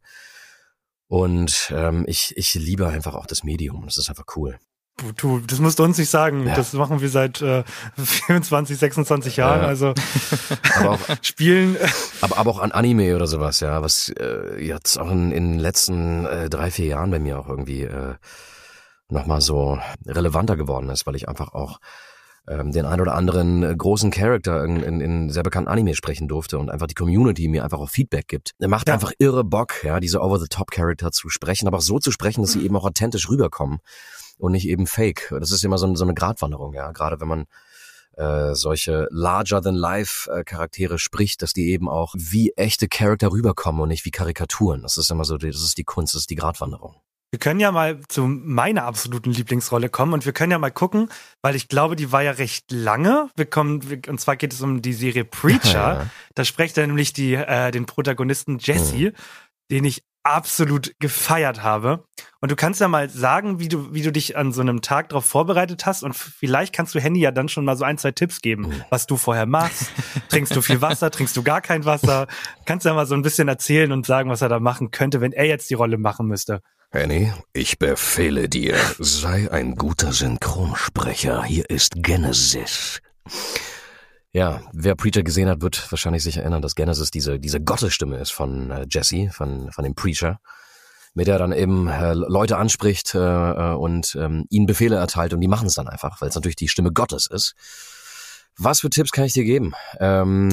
Und ähm, ich, ich liebe einfach auch das Medium. Das ist einfach cool. Du, das musst du uns nicht sagen. Ja. Das machen wir seit äh, vierundzwanzig, sechsundzwanzig Jahren. Ja. Also Aber auch, spielen. aber, aber auch an Anime oder sowas, ja, was äh, jetzt auch in, in den letzten äh, drei, vier Jahren bei mir auch irgendwie äh, nochmal so relevanter geworden ist, weil ich einfach auch ähm, den ein oder anderen äh, großen Charakter in, in, in sehr bekannten Anime sprechen durfte und einfach die Community mir einfach auch Feedback gibt. Der macht Ja. einfach irre Bock, ja, diese Over-the-Top-Charakter zu sprechen, aber auch so zu sprechen, dass sie eben auch authentisch rüberkommen und nicht eben fake. Das ist immer so, so eine Gratwanderung, ja, gerade wenn man äh, solche larger-than-life-Charaktere spricht, dass die eben auch wie echte Charakter rüberkommen und nicht wie Karikaturen. Das ist immer so, die- das ist die Kunst, das ist die Gratwanderung. Wir können ja mal zu meiner absoluten Lieblingsrolle kommen und wir können ja mal gucken, weil ich glaube, die war ja recht lange. Wir kommen, wir, und zwar geht es um die Serie Preacher. Ja. Da spricht er nämlich die, äh, den Protagonisten Jesse, mhm. den ich absolut gefeiert habe. Und du kannst ja mal sagen, wie du, wie du dich an so einem Tag darauf vorbereitet hast und vielleicht kannst du Henny ja dann schon mal so ein, zwei Tipps geben, mhm. was du vorher machst. Trinkst du viel Wasser, trinkst du gar kein Wasser? Kannst ja mal so ein bisschen erzählen und sagen, was er da machen könnte, wenn er jetzt die Rolle machen müsste. Henny, ich befehle dir, sei ein guter Synchronsprecher. Hier ist Genesis. Ja, wer Preacher gesehen hat, wird wahrscheinlich sich erinnern, dass Genesis diese diese Gottesstimme ist von äh, Jesse, von von dem Preacher, mit der dann eben äh, Leute anspricht äh, und ähm, ihnen Befehle erteilt und die machen es dann einfach, weil es natürlich die Stimme Gottes ist. Was für Tipps kann ich dir geben? Ähm,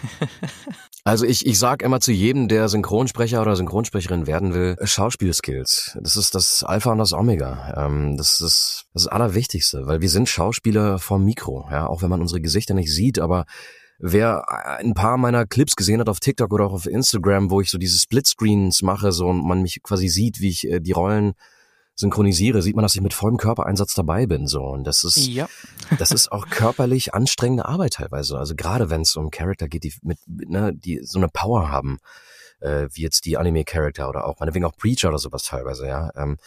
also ich ich sag immer zu jedem, der Synchronsprecher oder Synchronsprecherin werden will, Schauspielskills. Das ist das Alpha und das Omega. Ähm, das ist das Allerwichtigste, weil wir sind Schauspieler vom Mikro, ja, auch wenn man unsere Gesichter nicht sieht, aber wer ein paar meiner Clips gesehen hat auf TikTok oder auch auf Instagram, wo ich so diese Splitscreens mache, so und man mich quasi sieht, wie ich äh, die Rollen synchronisiere, sieht man, dass ich mit vollem Körpereinsatz dabei bin, so. Und das ist, ja. das ist auch körperlich anstrengende Arbeit teilweise. Also gerade wenn es um Charakter geht, die mit, ne, die so eine Power haben, äh, wie jetzt die Anime-Charakter oder auch meinetwegen auch Preacher oder sowas teilweise, ja. Ähm,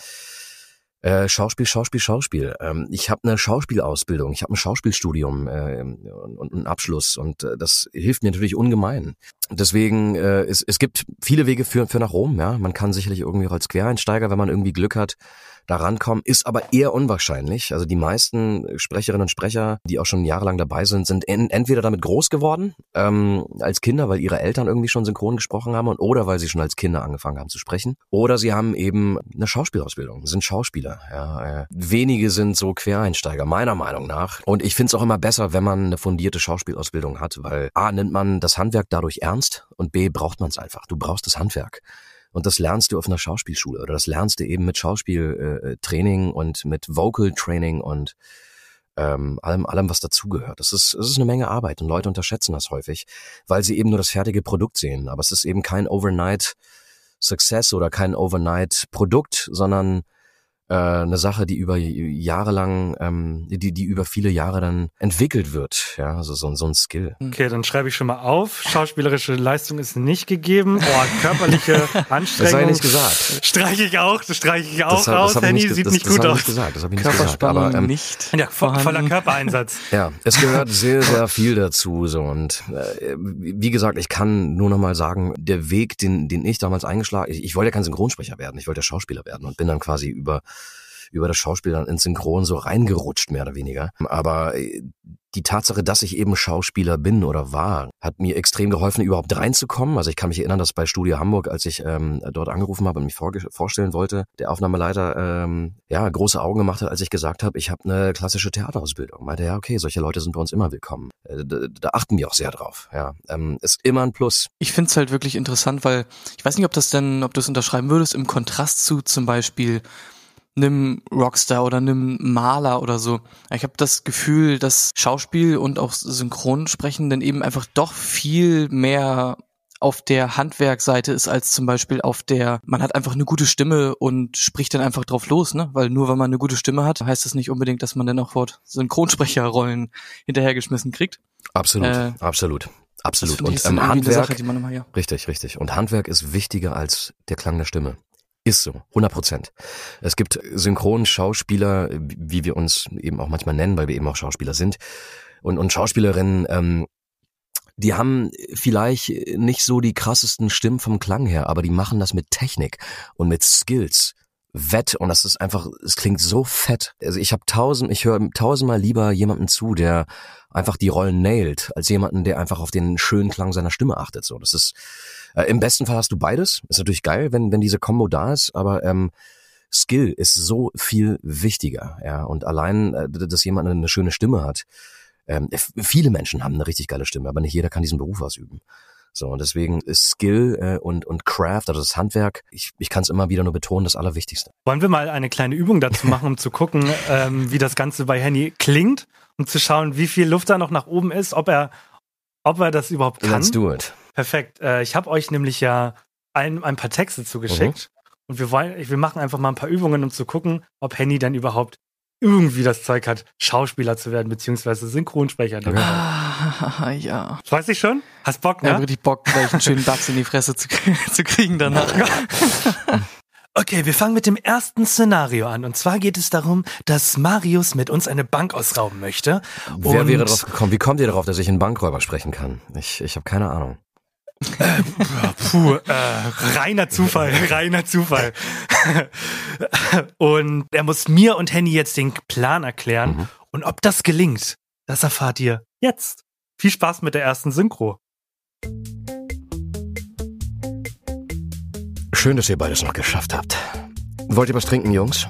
Äh, Schauspiel, Schauspiel, Schauspiel. Ähm, ich habe eine Schauspielausbildung, ich habe ein Schauspielstudium äh, und, und einen Abschluss und äh, das hilft mir natürlich ungemein. Deswegen, äh, es, es gibt viele Wege für, für nach Rom, ja. Man kann sicherlich irgendwie auch als Quereinsteiger, wenn man irgendwie Glück hat, da rankommen, ist aber eher unwahrscheinlich. Also die meisten Sprecherinnen und Sprecher, die auch schon jahrelang dabei sind, sind en- entweder damit groß geworden, ähm, als Kinder, weil ihre Eltern irgendwie schon synchron gesprochen haben und oder weil sie schon als Kinder angefangen haben zu sprechen. Oder sie haben eben eine Schauspielausbildung, sind Schauspieler. Ja, äh, wenige sind so Quereinsteiger, meiner Meinung nach. Und ich finde es auch immer besser, wenn man eine fundierte Schauspielausbildung hat, weil A, nimmt man das Handwerk dadurch ernst und B, braucht man es einfach. Du brauchst das Handwerk. Und das lernst du auf einer Schauspielschule oder das lernst du eben mit Schauspieltraining äh, und mit Vocal Training und ähm, allem, allem, was dazugehört. Das ist, das ist eine Menge Arbeit und Leute unterschätzen das häufig, weil sie eben nur das fertige Produkt sehen. Aber es ist eben kein Overnight Success oder kein Overnight Produkt, sondern äh, eine Sache, die über Jahre lang, ähm, die, die über viele Jahre dann entwickelt wird. Ja, also so, so ein Skill. Okay, dann schreibe ich schon mal auf. Schauspielerische Leistung ist nicht gegeben. Oh, körperliche Anstrengung. Das sei nicht gesagt. Streiche ich auch, das streiche ich auch das, raus. Das Henny nicht, sieht das, nicht das gut aus. Nicht gesagt. Das habe ich nicht gesagt. Körperspannung Aber, ähm, nicht. Ja, vo- voller Körpereinsatz. Ja, es gehört sehr, sehr viel dazu. So und äh, wie gesagt, ich kann nur noch mal sagen, der Weg, den, den ich damals eingeschlagen, ich, ich wollte ja kein Synchronsprecher werden, ich wollte ja Schauspieler werden und bin dann quasi über über das Schauspiel dann ins Synchron so reingerutscht, mehr oder weniger. Aber die Tatsache, dass ich eben Schauspieler bin oder war, hat mir extrem geholfen, überhaupt reinzukommen. Also ich kann mich erinnern, dass bei Studio Hamburg, als ich ähm, dort angerufen habe und mich vorge- vorstellen wollte, der Aufnahmeleiter ähm, ja große Augen gemacht hat, als ich gesagt habe, ich habe eine klassische Theaterausbildung. Meinte, ja, okay, solche Leute sind bei uns immer willkommen. Äh, da, da achten wir auch sehr drauf. Ja, ähm, ist immer ein Plus. Ich find's halt wirklich interessant, weil ich weiß nicht, ob das denn, ob du es unterschreiben würdest, im Kontrast zu zum Beispiel einem Rockstar oder einem Maler oder so. Ich habe das Gefühl, dass Schauspiel und auch Synchronsprechen dann eben einfach doch viel mehr auf der Handwerkseite ist als zum Beispiel auf der, man hat einfach eine gute Stimme und spricht dann einfach drauf los, ne? Weil nur weil man eine gute Stimme hat, heißt das nicht unbedingt, dass man dann auch fort Synchronsprecherrollen hinterhergeschmissen kriegt. Absolut, äh, absolut. Absolut. Und ähm, Handwerk, Sache, die man immer, ja. richtig, richtig. Und Handwerk ist wichtiger als der Klang der Stimme. Ist so, hundert Prozent. Es gibt Synchronschauspieler, wie wir uns eben auch manchmal nennen, weil wir eben auch Schauspieler sind. Und, und Schauspielerinnen, ähm, die haben vielleicht nicht so die krassesten Stimmen vom Klang her, aber die machen das mit Technik und mit Skills wett. Und das ist einfach, es klingt so fett. Also ich habe tausend, ich höre tausendmal lieber jemanden zu, der einfach die Rollen nailt, als jemanden, der einfach auf den schönen Klang seiner Stimme achtet. So, das ist äh, im besten Fall hast du beides. Ist natürlich geil, wenn wenn diese Kombo da ist, aber ähm, Skill ist so viel wichtiger. Ja, und allein, äh, dass jemand eine schöne Stimme hat. Ähm, viele Menschen haben eine richtig geile Stimme, aber nicht jeder kann diesen Beruf ausüben. So, und deswegen ist Skill äh, und und Craft, also das Handwerk, ich ich kann es immer wieder nur betonen, das Allerwichtigste. Wollen wir mal eine kleine Übung dazu machen, um zu gucken, ähm, wie das Ganze bei Henny klingt, um zu schauen, wie viel Luft da noch nach oben ist, ob er ob er das überhaupt kann. Let's do it. Perfekt. Äh, ich habe euch nämlich ja ein, ein paar Texte zugeschickt. Und wir wollen, wir machen einfach mal ein paar Übungen, um zu gucken, ob Henny dann überhaupt irgendwie das Zeug hat, Schauspieler zu werden, beziehungsweise Synchronsprecher. Ah, ja. Das weiß ich schon. Hast Bock, ne? Ja, richtig Bock, gleich einen schönen Dachs in die Fresse zu, zu kriegen danach. Okay, wir fangen mit dem ersten Szenario an. Und zwar geht es darum, dass Marius mit uns eine Bank ausrauben möchte. Wer Und wäre drauf gekommen? Wie kommt ihr darauf, dass ich einen Bankräuber sprechen kann? Ich, ich habe keine Ahnung. Äh, puh, äh, reiner Zufall, reiner Zufall. Und er muss mir und Henny jetzt den Plan erklären. Mhm. Und ob das gelingt, das erfahrt ihr jetzt. Viel Spaß mit der ersten Synchro. Schön, dass ihr beides noch geschafft habt. Wollt ihr was trinken, Jungs?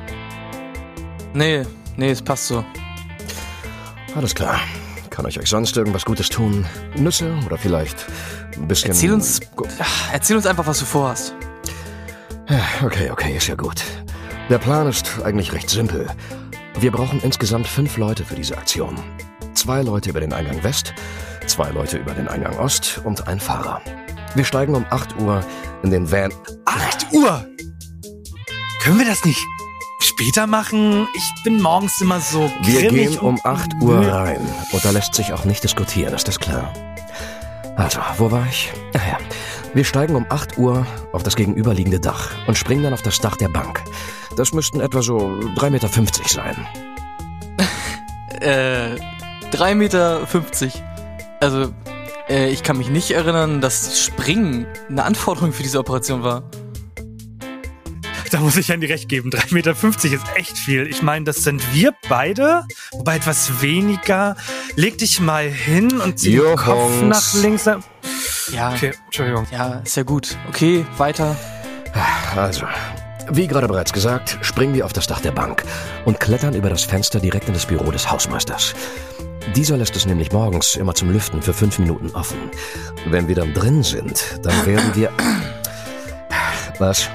Nee, nee, es passt so. Alles klar. Kann ich euch sonst irgendwas Gutes tun? Nüsse oder vielleicht ein bisschen... Erzähl uns, ach, erzähl uns einfach, was du vorhast. Okay, okay, ist ja gut. Der Plan ist eigentlich recht simpel. Wir brauchen insgesamt fünf Leute für diese Aktion. Zwei Leute über den Eingang West, zwei Leute über den Eingang Ost und ein Fahrer. Wir steigen um acht Uhr in den Van... acht Uhr? Können wir das nicht später machen? Ich bin morgens immer so Wir grimmig gehen um acht Uhr rein. Und da lässt sich auch nicht diskutieren, ist das klar? Also, wo war ich? Ach ja. Wir steigen um acht Uhr auf das gegenüberliegende Dach und springen dann auf das Dach der Bank. Das müssten etwa so drei Meter fünfzig sein. äh, drei Meter fünfzig. Also, äh, ich kann mich nicht erinnern, dass Springen eine Anforderung für diese Operation war. Da muss ich Henny recht geben. drei Meter fünfzig ist echt viel. Ich meine, das sind wir beide, wobei etwas weniger. Leg dich mal hin und zieh den Kopf nach links. Ja, okay, Entschuldigung. Ja, ist ja gut. Okay, weiter. Also, wie gerade bereits gesagt, springen wir auf das Dach der Bank und klettern über das Fenster direkt in das Büro des Hausmeisters. Dieser lässt es nämlich morgens immer zum Lüften für fünf Minuten offen. Wenn wir dann drin sind, dann werden wir... Was?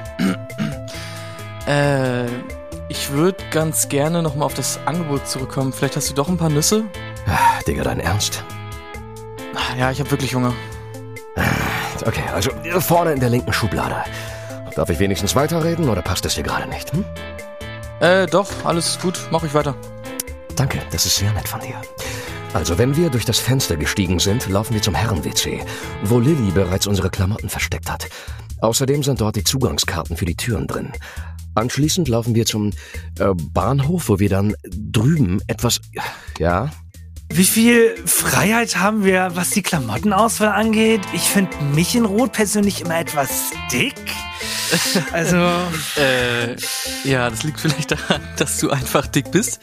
Äh, ich würde ganz gerne nochmal auf das Angebot zurückkommen. Vielleicht hast du doch ein paar Nüsse? Digga, dein Ernst? Ja, ich habe wirklich Hunger. Okay, also vorne in der linken Schublade. Darf ich wenigstens weiterreden oder passt das hier gerade nicht? Hm? Äh, doch, alles gut. Mach ich weiter. Danke, das ist sehr nett von dir. Also, wenn wir durch das Fenster gestiegen sind, laufen wir zum Herren-W C, wo Lilly bereits unsere Klamotten versteckt hat. Außerdem sind dort die Zugangskarten für die Türen drin. Anschließend laufen wir zum äh, Bahnhof, wo wir dann drüben etwas... Ja? Wie viel Freiheit haben wir, was die Klamottenauswahl angeht? Ich finde mich in Rot persönlich immer etwas dick. Also... äh, ja, das liegt vielleicht daran, dass du einfach dick bist.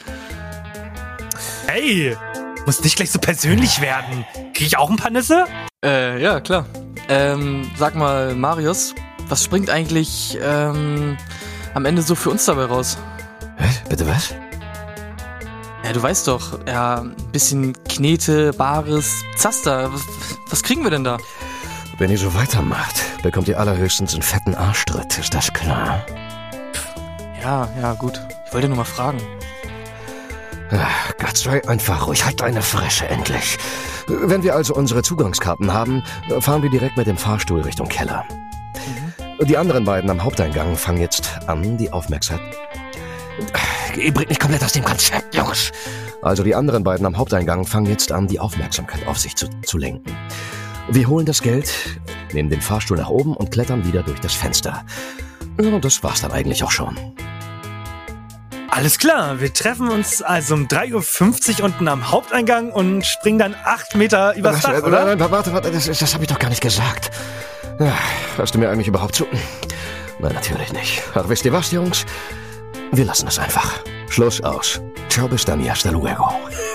Hey, muss nicht gleich so persönlich werden. Krieg ich auch ein paar Nüsse? Äh, ja, klar. Ähm, sag mal, Marius, was springt eigentlich, ähm, am Ende so für uns dabei raus? Hä? Bitte was? Ja, du weißt doch, ja, ein bisschen Knete, Bares, Zaster. Was, was kriegen wir denn da? Wenn ihr so weitermacht, bekommt ihr allerhöchstens einen fetten Arschtritt, ist das klar? Ja, ja, gut. Ich wollte nur mal fragen. Ach, Gott, sei einfach ruhig, halt deine Fresse endlich. Wenn wir also unsere Zugangskarten haben, fahren wir direkt mit dem Fahrstuhl Richtung Keller. Mhm. Die anderen beiden am Haupteingang fangen jetzt an, die Aufmerksamkeit... Ihr bringt mich komplett aus dem Konzept, Jungs. Also die anderen beiden am Haupteingang fangen jetzt an, die Aufmerksamkeit auf sich zu, zu lenken. Wir holen das Geld, nehmen den Fahrstuhl nach oben und klettern wieder durch das Fenster. Und das war's dann eigentlich auch schon. Alles klar, wir treffen uns also um drei Uhr fünfzig unten am Haupteingang und springen dann acht Meter übers Dach, oder? Nein, nein, warte, warte, das, das habe ich doch gar nicht gesagt. Hörst du mir eigentlich überhaupt zu? Nein, natürlich nicht. Ach, wisst ihr was, Jungs? Wir lassen es einfach. Schluss aus. Ciao, bis dann, hasta luego.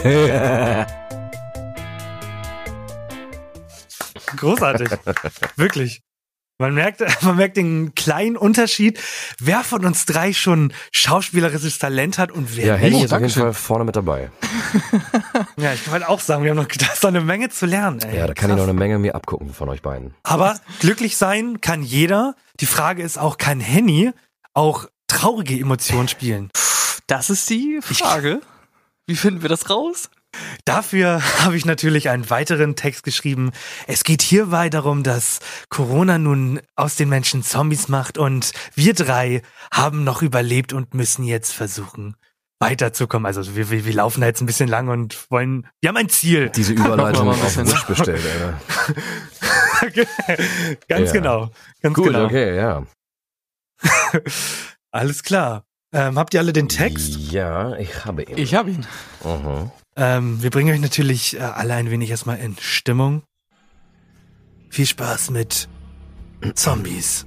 Großartig. Wirklich. Man merkt, man merkt den kleinen Unterschied, wer von uns drei schon schauspielerisches Talent hat und wer ja, nicht. Henny ist auf jeden Fall vorne mit dabei. Ja, ich wollte auch sagen, wir haben noch, da ist noch eine Menge zu lernen. Ey. Ja, da kann Krass. ich noch eine Menge mir abgucken von euch beiden. Aber glücklich sein kann jeder. Die Frage ist auch, kann Henny auch traurige Emotionen spielen? Das ist die Frage. Wie finden wir das raus? Dafür habe ich natürlich einen weiteren Text geschrieben. Es geht hierbei darum, dass Corona nun aus den Menschen Zombies macht und wir drei haben noch überlebt und müssen jetzt versuchen, weiterzukommen. Also wir, wir, wir laufen da jetzt ein bisschen lang und wollen, wir haben ein Ziel. Diese Überleitung Noch mal ein auf bisschen, Wunsch bestellt, Alter. Ganz Ja. genau. Ganz Gut, genau. okay, ja. Alles klar. Ähm, habt ihr alle den Text? Ja, ich habe ihn. Ich habe ihn. Mhm. Ähm, wir bringen euch natürlich äh, alle ein wenig erstmal in Stimmung. Viel Spaß mit Zombies.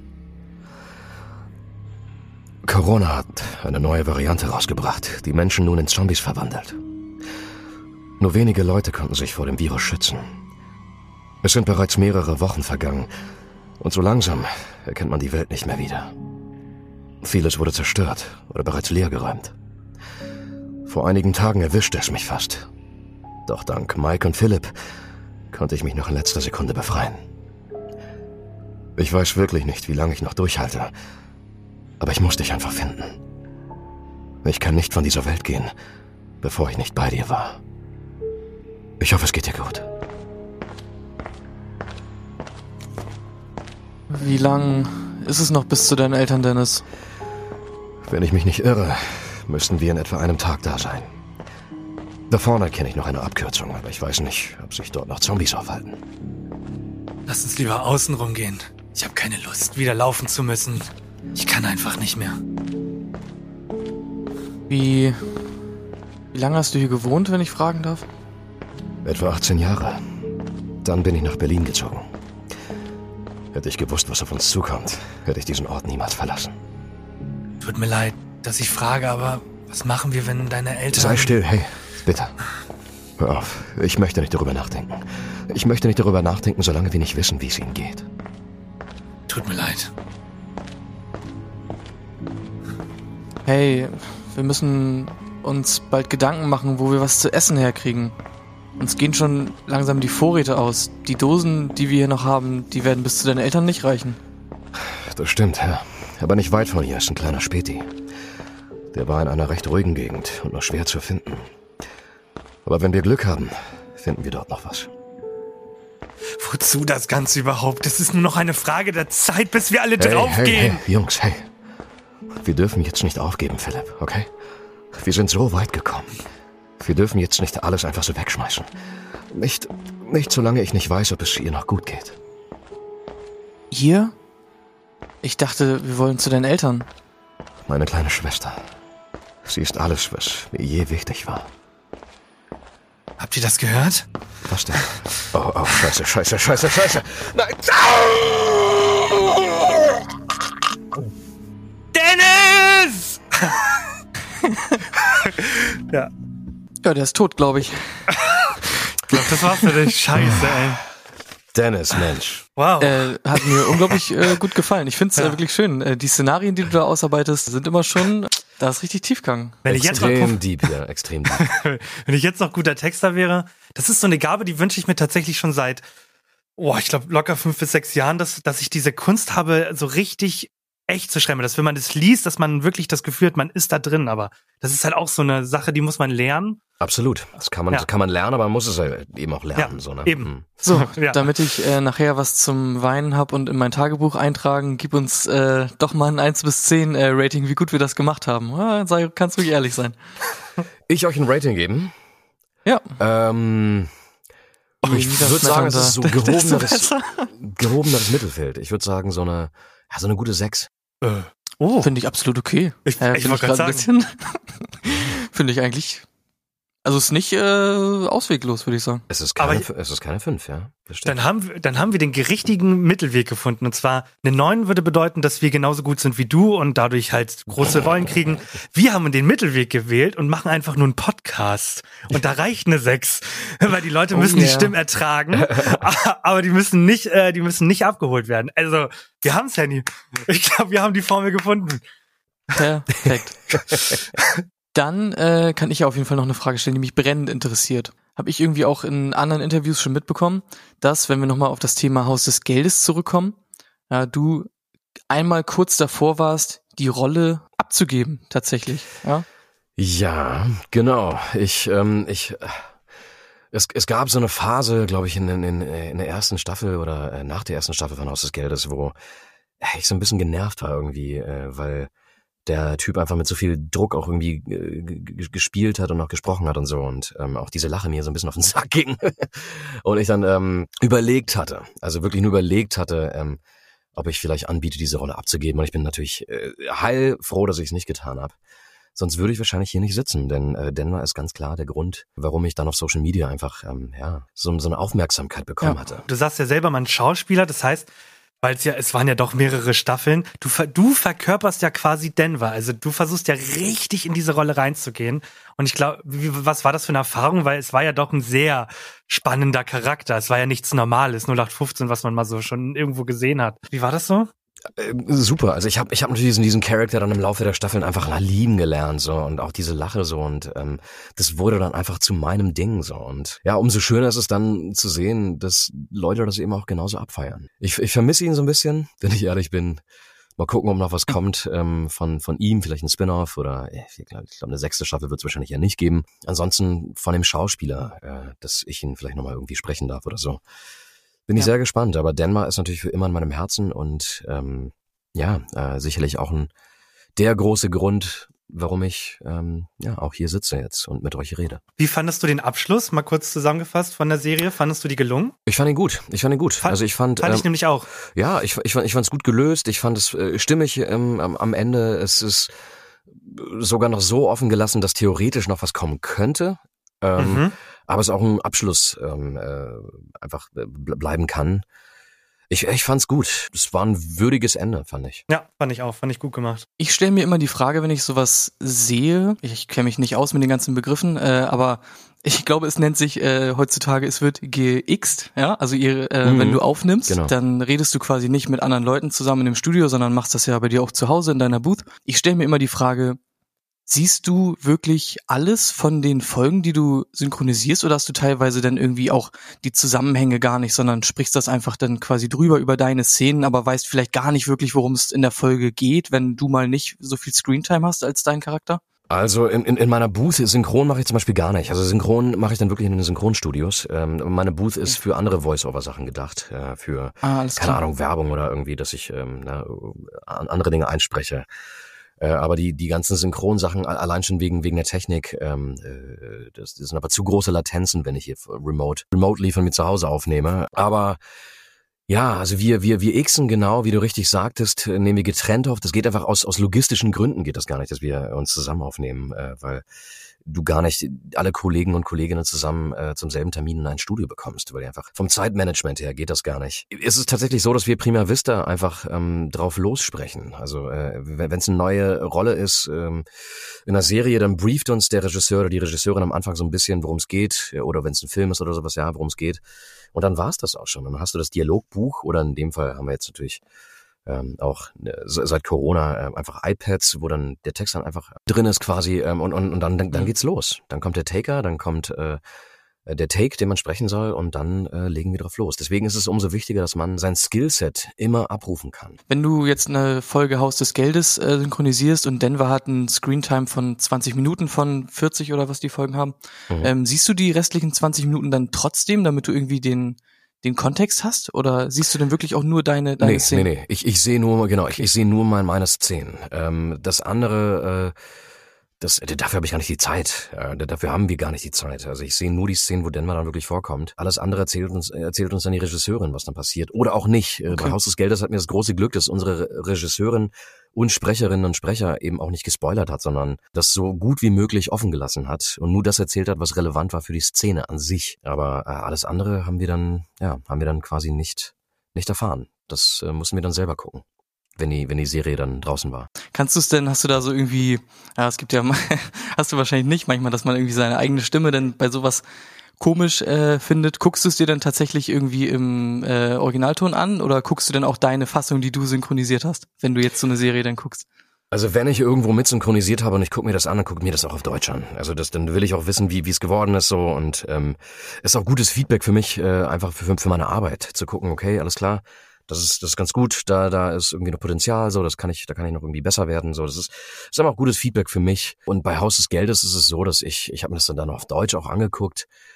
Corona hat eine neue Variante rausgebracht, die Menschen nun in Zombies verwandelt. Nur wenige Leute konnten sich vor dem Virus schützen. Es sind bereits mehrere Wochen vergangen und so langsam erkennt man die Welt nicht mehr wieder. Vieles wurde zerstört oder bereits leergeräumt. Vor einigen Tagen erwischte es mich fast. Doch dank Mike und Philipp konnte ich mich noch in letzter Sekunde befreien. Ich weiß wirklich nicht, wie lange ich noch durchhalte, aber ich muss dich einfach finden. Ich kann nicht von dieser Welt gehen, bevor ich nicht bei dir war. Ich hoffe, es geht dir gut. Wie lang ist es noch bis zu deinen Eltern, Dennis? Wenn ich mich nicht irre, müssten wir in etwa einem Tag da sein. Da vorne kenne ich noch eine Abkürzung, aber ich weiß nicht, ob sich dort noch Zombies aufhalten. Lass uns lieber außen rumgehen. Ich habe keine Lust, wieder laufen zu müssen. Ich kann einfach nicht mehr. Wie, wie lange hast du hier gewohnt, wenn ich fragen darf? Etwa achtzehn Jahre. Dann bin ich nach Berlin gezogen. Hätte ich gewusst, was auf uns zukommt, hätte ich diesen Ort niemals verlassen. Tut mir leid, dass ich frage, aber was machen wir, wenn deine Eltern... Sei still, hey, bitte. Hör auf, ich möchte nicht darüber nachdenken. Ich möchte nicht darüber nachdenken, solange wir nicht wissen, wie es ihnen geht. Tut mir leid. Hey, wir müssen uns bald Gedanken machen, wo wir was zu essen herkriegen. Uns gehen schon langsam die Vorräte aus. Die Dosen, die wir hier noch haben, die werden bis zu deinen Eltern nicht reichen. Das stimmt, ja. Aber nicht weit von hier ist ein kleiner Späti. Der war in einer recht ruhigen Gegend und nur schwer zu finden. Aber wenn wir Glück haben, finden wir dort noch was. Wozu das Ganze überhaupt? Es ist nur noch eine Frage der Zeit, bis wir alle Hey, draufgehen. hey, hey, Jungs, hey. Wir dürfen jetzt nicht aufgeben, Philipp, okay? Wir sind so weit gekommen. Wir dürfen jetzt nicht alles einfach so wegschmeißen. Nicht, nicht solange ich nicht weiß, ob es ihr noch gut geht. Ihr? Ich dachte, wir wollen zu deinen Eltern. Meine kleine Schwester. Sie ist alles, was mir je wichtig war. Habt ihr das gehört? Was denn? Oh, oh, scheiße, scheiße, scheiße, scheiße. Nein! Dennis! ja, Ja, der ist tot, glaube ich. ich glaub, das war's für dich. Scheiße, ey. Dennis, Mensch. Wow. Äh, hat mir unglaublich äh, gut gefallen. Ich finde es Ja. äh, wirklich schön. Äh, die Szenarien, die du da ausarbeitest, sind immer schon, da ist richtig Tiefgang. Wenn ich jetzt noch Extrem deep, ja, extrem deep. Wenn ich jetzt noch guter Texter wäre, das ist so eine Gabe, die wünsche ich mir tatsächlich schon seit, oh, ich glaube locker fünf bis sechs Jahren, dass, dass ich diese Kunst habe, so richtig echt zu schreiben. Dass wenn man das liest, dass man wirklich das Gefühl hat, man ist da drin. Aber das ist halt auch so eine Sache, die muss man lernen. Absolut. Das kann man, Ja. das kann man lernen, aber man muss es halt eben auch lernen. Ja, so, ne? eben. Hm. So, Ja. damit ich äh, nachher was zum Weinen hab und in mein Tagebuch eintragen, gib uns äh, doch mal ein eins bis zehn äh, Rating, wie gut wir das gemacht haben. Ah, sei, kannst ruhig ehrlich sein. Ich euch ein Rating geben? Ja. Ähm, Je ich würde sagen, es ist so desto gehobeneres, besser. gehobeneres Mittelfeld. Ich würde sagen, so eine, ja, so eine gute sechs. Äh, oh, Finde ich absolut okay. Ich- äh, ich find wollte grad grad ein bisschen. Finde ich eigentlich. Also ist nicht äh, ausweglos, würde ich sagen. Es ist Aber keine, ich- es ist keine fünf, ja. Das stimmt. dann haben, wir- dann haben wir den richtigen Mittelweg gefunden. Und zwar, eine neun würde bedeuten, dass wir genauso gut sind wie du und dadurch halt große Rollen kriegen. Wir haben den Mittelweg gewählt und machen einfach nur einen Podcast. Und da reicht eine sechs. Weil die Leute Oh müssen die yeah. Stimmen ertragen, aber die müssen nicht, äh, die müssen nicht abgeholt werden. Also, wir haben's, Henny. Ich glaube, wir haben die Formel gefunden. Perfekt. Dann äh, kann ich ja auf jeden Fall noch eine Frage stellen, die mich brennend interessiert. Habe ich irgendwie auch in anderen Interviews schon mitbekommen, dass, wenn wir nochmal auf das Thema Haus des Geldes zurückkommen, ja, du einmal kurz davor warst, die Rolle abzugeben, tatsächlich. Ja? Ja, genau. Ich, ähm, ich, Es, es gab so eine Phase, glaube ich, in, in, in der ersten Staffel oder äh, nach der ersten Staffel von Haus des Geldes, wo äh, ich so ein bisschen genervt war irgendwie, äh, weil der Typ einfach mit so viel Druck auch irgendwie äh, g- gespielt hat und auch gesprochen hat und so und ähm, auch diese Lache mir so ein bisschen auf den Sack ging und ich dann ähm, überlegt hatte, also wirklich nur überlegt hatte, ähm, ob ich vielleicht anbiete, diese Rolle abzugeben und ich bin natürlich äh, heilfroh, dass ich es nicht getan habe. Sonst würde ich wahrscheinlich hier nicht sitzen, denn äh, Denver ist ganz klar der Grund, warum ich dann auf Social Media einfach ähm, ja so, so eine Aufmerksamkeit bekommen Ja. hatte. Du sagst ja selber, man Schauspieler, das heißt, weil es ja, es waren ja doch mehrere Staffeln, du, ver- du verkörperst ja quasi Denver, also du versuchst ja richtig in diese Rolle reinzugehen und ich glaube, was war das für eine Erfahrung, weil es war ja doch ein sehr spannender Charakter, es war ja nichts Normales, null acht fünfzehn, was man mal so schon irgendwo gesehen hat. Wie war das so? Äh, super, also ich habe ich hab natürlich diesen, diesen Charakter dann im Laufe der Staffeln einfach lieben gelernt so und auch diese Lache so und ähm, das wurde dann einfach zu meinem Ding so und ja, umso schöner ist es dann zu sehen, dass Leute das eben auch genauso abfeiern. Ich, ich vermisse ihn so ein bisschen, wenn ich ehrlich bin. Mal gucken, ob noch was kommt ähm, von von ihm, vielleicht ein Spin-off oder ich glaube, ich glaub, eine sechste Staffel wird es wahrscheinlich ja nicht geben. Ansonsten von dem Schauspieler, äh, dass ich ihn vielleicht nochmal irgendwie sprechen darf oder so. Bin ich Ja. sehr gespannt, aber Denver ist natürlich für immer in meinem Herzen und ähm, ja, äh, sicherlich auch ein der große Grund, warum ich ähm, ja auch hier sitze jetzt und mit euch rede. Wie fandest du den Abschluss, mal kurz zusammengefasst von der Serie, fandest du die gelungen? Ich fand ihn gut, ich fand ihn gut. Fand- also ich fand, Fand ähm, ich nämlich auch. ja, ich, ich, fand, ich fand es gut gelöst, ich fand es äh, stimmig ähm, am, am Ende. Es ist sogar noch so offen gelassen, dass theoretisch noch was kommen könnte. Ähm, Mhm. aber es auch ein Abschluss ähm, äh, einfach äh, ble- bleiben kann. Ich, ich fand's gut. Es war ein würdiges Ende, fand ich. Ja, fand ich auch, fand ich gut gemacht. Ich stelle mir immer die Frage, wenn ich sowas sehe, ich, ich kenne mich nicht aus mit den ganzen Begriffen, äh, aber ich glaube, es nennt sich äh, heutzutage, es wird geixt, ja, also ihr, äh, Mhm. wenn du aufnimmst, Genau. dann redest du quasi nicht mit anderen Leuten zusammen in dem Studio, sondern machst das ja bei dir auch zu Hause in deiner Booth. Ich stelle mir immer die Frage, siehst du wirklich alles von den Folgen, die du synchronisierst, oder hast du teilweise dann irgendwie auch die Zusammenhänge gar nicht, sondern sprichst das einfach dann quasi drüber über deine Szenen, aber weißt vielleicht gar nicht wirklich, worum es in der Folge geht, wenn du mal nicht so viel Screentime hast als dein Charakter? Also in, in, in meiner Booth, Synchron mache ich zum Beispiel gar nicht. Also Synchron mache ich dann wirklich in den Synchronstudios. Ähm, meine Booth ist für andere Voice-Over-Sachen gedacht. Äh, für, Ah, alles keine klar. Ahnung, Werbung oder irgendwie, dass ich ähm, na, an- andere Dinge einspreche. Äh, aber die die ganzen Synchronsachen, a- allein schon wegen wegen der Technik, ähm, äh, das, das sind aber zu große Latenzen, wenn ich hier remote, remotely von mir zu Hause aufnehme. Aber ja, also wir wir wir xen genau, wie du richtig sagtest, äh, nehmen wir getrennt auf. Das geht einfach aus aus logistischen Gründen geht das gar nicht, dass wir uns zusammen aufnehmen, äh, weil du gar nicht alle Kollegen und Kolleginnen zusammen äh, zum selben Termin in ein Studio bekommst, weil die einfach vom Zeitmanagement her geht das gar nicht. Es ist tatsächlich so, dass wir Prima Vista einfach ähm, drauf lossprechen. Also äh, wenn es eine neue Rolle ist ähm, in einer Serie, dann brieft uns der Regisseur oder die Regisseurin am Anfang so ein bisschen, worum es geht, oder wenn es ein Film ist oder sowas, ja, worum es geht. Und dann war's das auch schon. Dann hast du das Dialogbuch oder in dem Fall haben wir jetzt natürlich ähm, auch äh, seit Corona äh, einfach iPads, wo dann der Text dann einfach drin ist quasi ähm, und, und, und dann, dann, dann geht's los. Dann kommt der Taker, dann kommt äh, der Take, den man sprechen soll und dann äh, legen wir drauf los. Deswegen ist es umso wichtiger, dass man sein Skillset immer abrufen kann. Wenn du jetzt eine Folge Haus des Geldes äh, synchronisierst und Denver hat einen Screentime von zwanzig Minuten von vierzig oder was die Folgen haben, Mhm. ähm, siehst du die restlichen zwanzig Minuten dann trotzdem, damit du irgendwie den den Kontext hast? Oder siehst du denn wirklich auch nur deine, deine Nee, Szenen? nee, nee. Ich, ich sehe nur, genau, ich, ich sehe nur mal meine Szenen. Ähm, das andere, äh, das, dafür habe ich gar nicht die Zeit. Äh, dafür haben wir gar nicht die Zeit. Also ich sehe nur die Szenen, wo Denver dann wirklich vorkommt. Alles andere erzählt uns, erzählt uns dann die Regisseurin, was dann passiert. Oder auch nicht. Äh, Okay. Bei Haus des Geldes hat mir das große Glück, dass unsere Re- Regisseurin und Sprecherinnen und Sprecher eben auch nicht gespoilert hat, sondern das so gut wie möglich offen gelassen hat und nur das erzählt hat, was relevant war für die Szene an sich. Aber äh, alles andere haben wir dann, ja, haben wir dann quasi nicht, nicht erfahren. Das äh, mussten wir dann selber gucken, wenn die, wenn die Serie dann draußen war. Kannst du es denn, hast du da so irgendwie, ja, es gibt ja, hast du wahrscheinlich nicht manchmal, dass man irgendwie seine eigene Stimme dann bei sowas komisch äh, findet. Guckst du es dir dann tatsächlich irgendwie im äh, Originalton an oder guckst du dann auch deine Fassung, die du synchronisiert hast, wenn du jetzt so eine Serie dann guckst? Also wenn ich irgendwo mit synchronisiert habe und ich gucke mir das an, dann gucke mir das auch auf Deutsch an. Also das, dann will ich auch wissen, wie wie es geworden ist so und ähm, ist auch gutes Feedback für mich, äh, einfach für, für meine Arbeit, zu gucken, okay, alles klar, das ist das ist ganz gut, da da ist irgendwie noch Potenzial, so das kann ich, da kann ich noch irgendwie besser werden, so das ist ist aber auch gutes Feedback für mich. Und bei Haus des Geldes ist es so, dass ich ich habe mir das dann auf Deutsch auch angeguckt.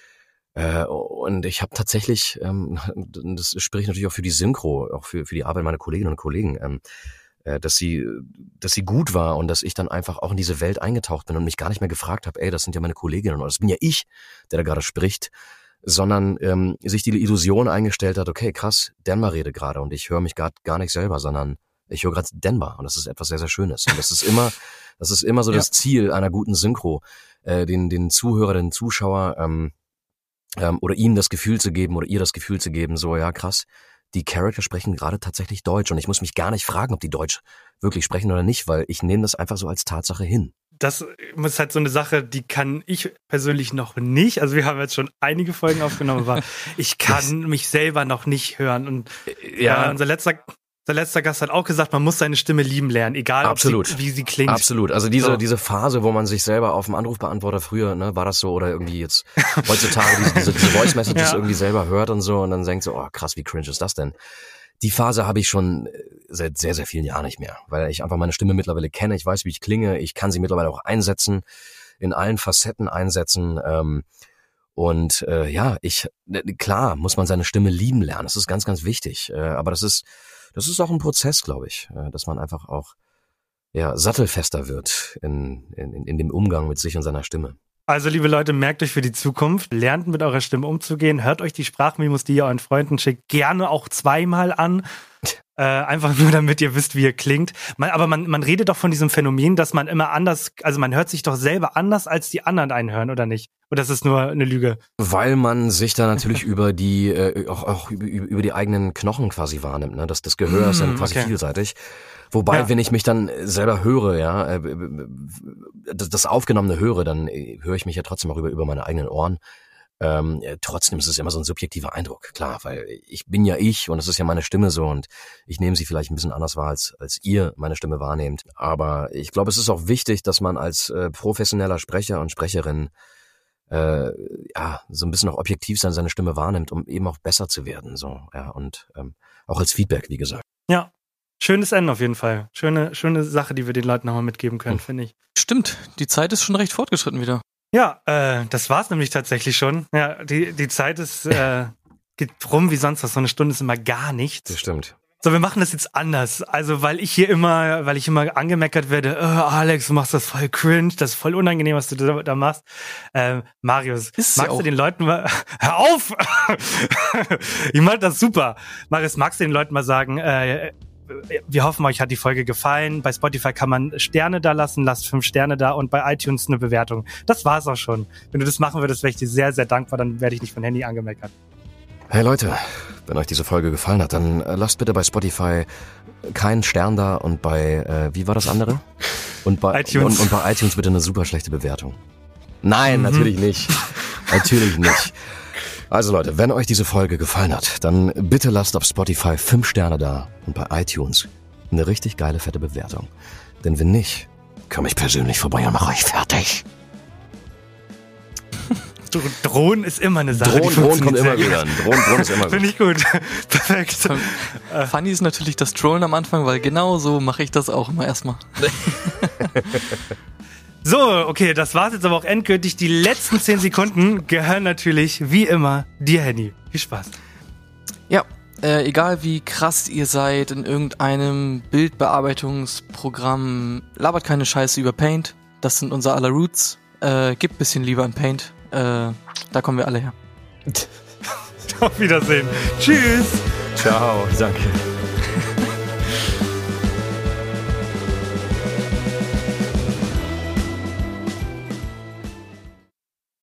Äh, und ich habe tatsächlich, ähm, das spricht natürlich auch für die Synchro, auch für, für die Arbeit meiner Kolleginnen und Kollegen, ähm, äh, dass sie, dass sie gut war und dass ich dann einfach auch in diese Welt eingetaucht bin und mich gar nicht mehr gefragt habe, ey, das sind ja meine Kolleginnen oder das bin ja ich, der da gerade spricht, sondern ähm, sich die Illusion eingestellt hat, okay, krass, Denver redet gerade und ich höre mich gar gar nicht selber, sondern ich höre gerade Denver und das ist etwas sehr, sehr Schönes. Und das ist immer, das ist immer so ja. das Ziel einer guten Synchro, äh, den, den Zuhörer, den Zuschauer ähm, ähm, oder ihm das Gefühl zu geben oder ihr das Gefühl zu geben, so, ja krass, die Charakter sprechen gerade tatsächlich Deutsch und ich muss mich gar nicht fragen, ob die Deutsch wirklich sprechen oder nicht, weil ich nehme das einfach so als Tatsache hin. Das ist halt so eine Sache, die kann ich persönlich noch nicht. Also wir haben jetzt schon einige Folgen aufgenommen, aber ich kann mich selber noch nicht hören. Und ja, äh, unser letzter, unser letzter Gast hat auch gesagt, man muss seine Stimme lieben lernen, egal Absolut. Ob sie, wie sie klingt. Absolut. Also diese so. diese Phase, wo man sich selber auf dem Anrufbeantworter früher, ne, war das so oder irgendwie jetzt heutzutage diese diese, diese Voice Messages ja. irgendwie selber hört und so und dann denkt so, oh krass, wie cringe ist das denn? Die Phase habe ich schon seit sehr, sehr vielen Jahren nicht mehr, weil ich einfach meine Stimme mittlerweile kenne, ich weiß, wie ich klinge, ich kann sie mittlerweile auch einsetzen, in allen Facetten einsetzen ähm, und äh, ja, ich klar muss man seine Stimme lieben lernen, das ist ganz, ganz wichtig, äh, aber das ist das ist auch ein Prozess, glaube ich, äh, dass man einfach auch ja sattelfester wird in, in, in dem Umgang mit sich und seiner Stimme. Also, liebe Leute, merkt euch für die Zukunft, lernt mit eurer Stimme umzugehen, hört euch die Sprachmemos, die ihr euren Freunden schickt, gerne auch zweimal an. Äh, einfach nur, damit ihr wisst, wie ihr klingt. Man, aber man, man redet doch von diesem Phänomen, dass man immer anders, also man hört sich doch selber anders, als die anderen einen hören, oder nicht? Oder ist das nur eine Lüge? Weil man sich da natürlich über die, äh, auch, auch über, über die eigenen Knochen quasi wahrnimmt, ne? Das, das Gehör mm, ist dann quasi okay. vielseitig. Wobei, ja. wenn ich mich dann selber höre, ja, das Aufgenommene höre, dann höre ich mich ja trotzdem auch über, über meine eigenen Ohren. Ähm, trotzdem ist es immer so ein subjektiver Eindruck, klar, weil ich bin ja ich und es ist ja meine Stimme so und ich nehme sie vielleicht ein bisschen anders wahr, als, als ihr meine Stimme wahrnehmt. Aber ich glaube, es ist auch wichtig, dass man als äh, professioneller Sprecher und Sprecherin äh, ja so ein bisschen auch objektiv sein, seine Stimme wahrnimmt, um eben auch besser zu werden, so, ja, und ähm, auch als Feedback, wie gesagt. Ja. Schönes Ende auf jeden Fall. Schöne, schöne Sache, die wir den Leuten nochmal mitgeben können, hm. finde ich. Stimmt, die Zeit ist schon recht fortgeschritten wieder. Ja, äh, das war's nämlich tatsächlich schon. Ja, die, die Zeit ist, äh, geht rum wie sonst was. So eine Stunde ist immer gar nichts. Das stimmt. So, wir machen das jetzt anders. Also, weil ich hier immer, weil ich immer angemeckert werde, oh, Alex, du machst das voll cringe, das ist voll unangenehm, was du da, da machst. Äh, Marius, ist magst du den Leuten mal, hör auf! Ich mach das super. Marius, magst du den Leuten mal sagen, äh, wir hoffen, euch hat die Folge gefallen. Bei Spotify kann man Sterne da lassen, lasst fünf Sterne da und bei iTunes eine Bewertung. Das war's auch schon. Wenn du das machen würdest, wäre ich dir sehr, sehr dankbar, dann werde ich nicht von Handy angemeckert. Hey Leute, wenn euch diese Folge gefallen hat, dann äh, lasst bitte bei Spotify keinen Stern da und bei, äh, wie war das andere? Und bei iTunes. Und, und bei iTunes bitte eine super schlechte Bewertung. Nein, mhm. natürlich nicht. Natürlich nicht. Also Leute, wenn euch diese Folge gefallen hat, dann bitte lasst auf Spotify fünf Sterne da und bei iTunes eine richtig geile, fette Bewertung. Denn wenn nicht, komme ich persönlich vorbei und mache euch fertig. Drohen ist immer eine Sache. Drohen, Drohen kommt immer wieder an. Drohen, Drohen ist immer gut. Finde ich gut. Perfekt. Funny ist natürlich das Trollen am Anfang, weil genau so mache ich das auch immer erstmal. So, okay, das war's jetzt aber auch endgültig. Die letzten zehn Sekunden gehören natürlich, wie immer, dir, Henny. Viel Spaß. Ja, äh, egal wie krass ihr seid in irgendeinem Bildbearbeitungsprogramm, labert keine Scheiße über Paint. Das sind unser aller Roots. Äh, gibt bisschen Liebe an Paint. Äh, da kommen wir alle her. Auf Wiedersehen. Tschüss. Ciao, danke.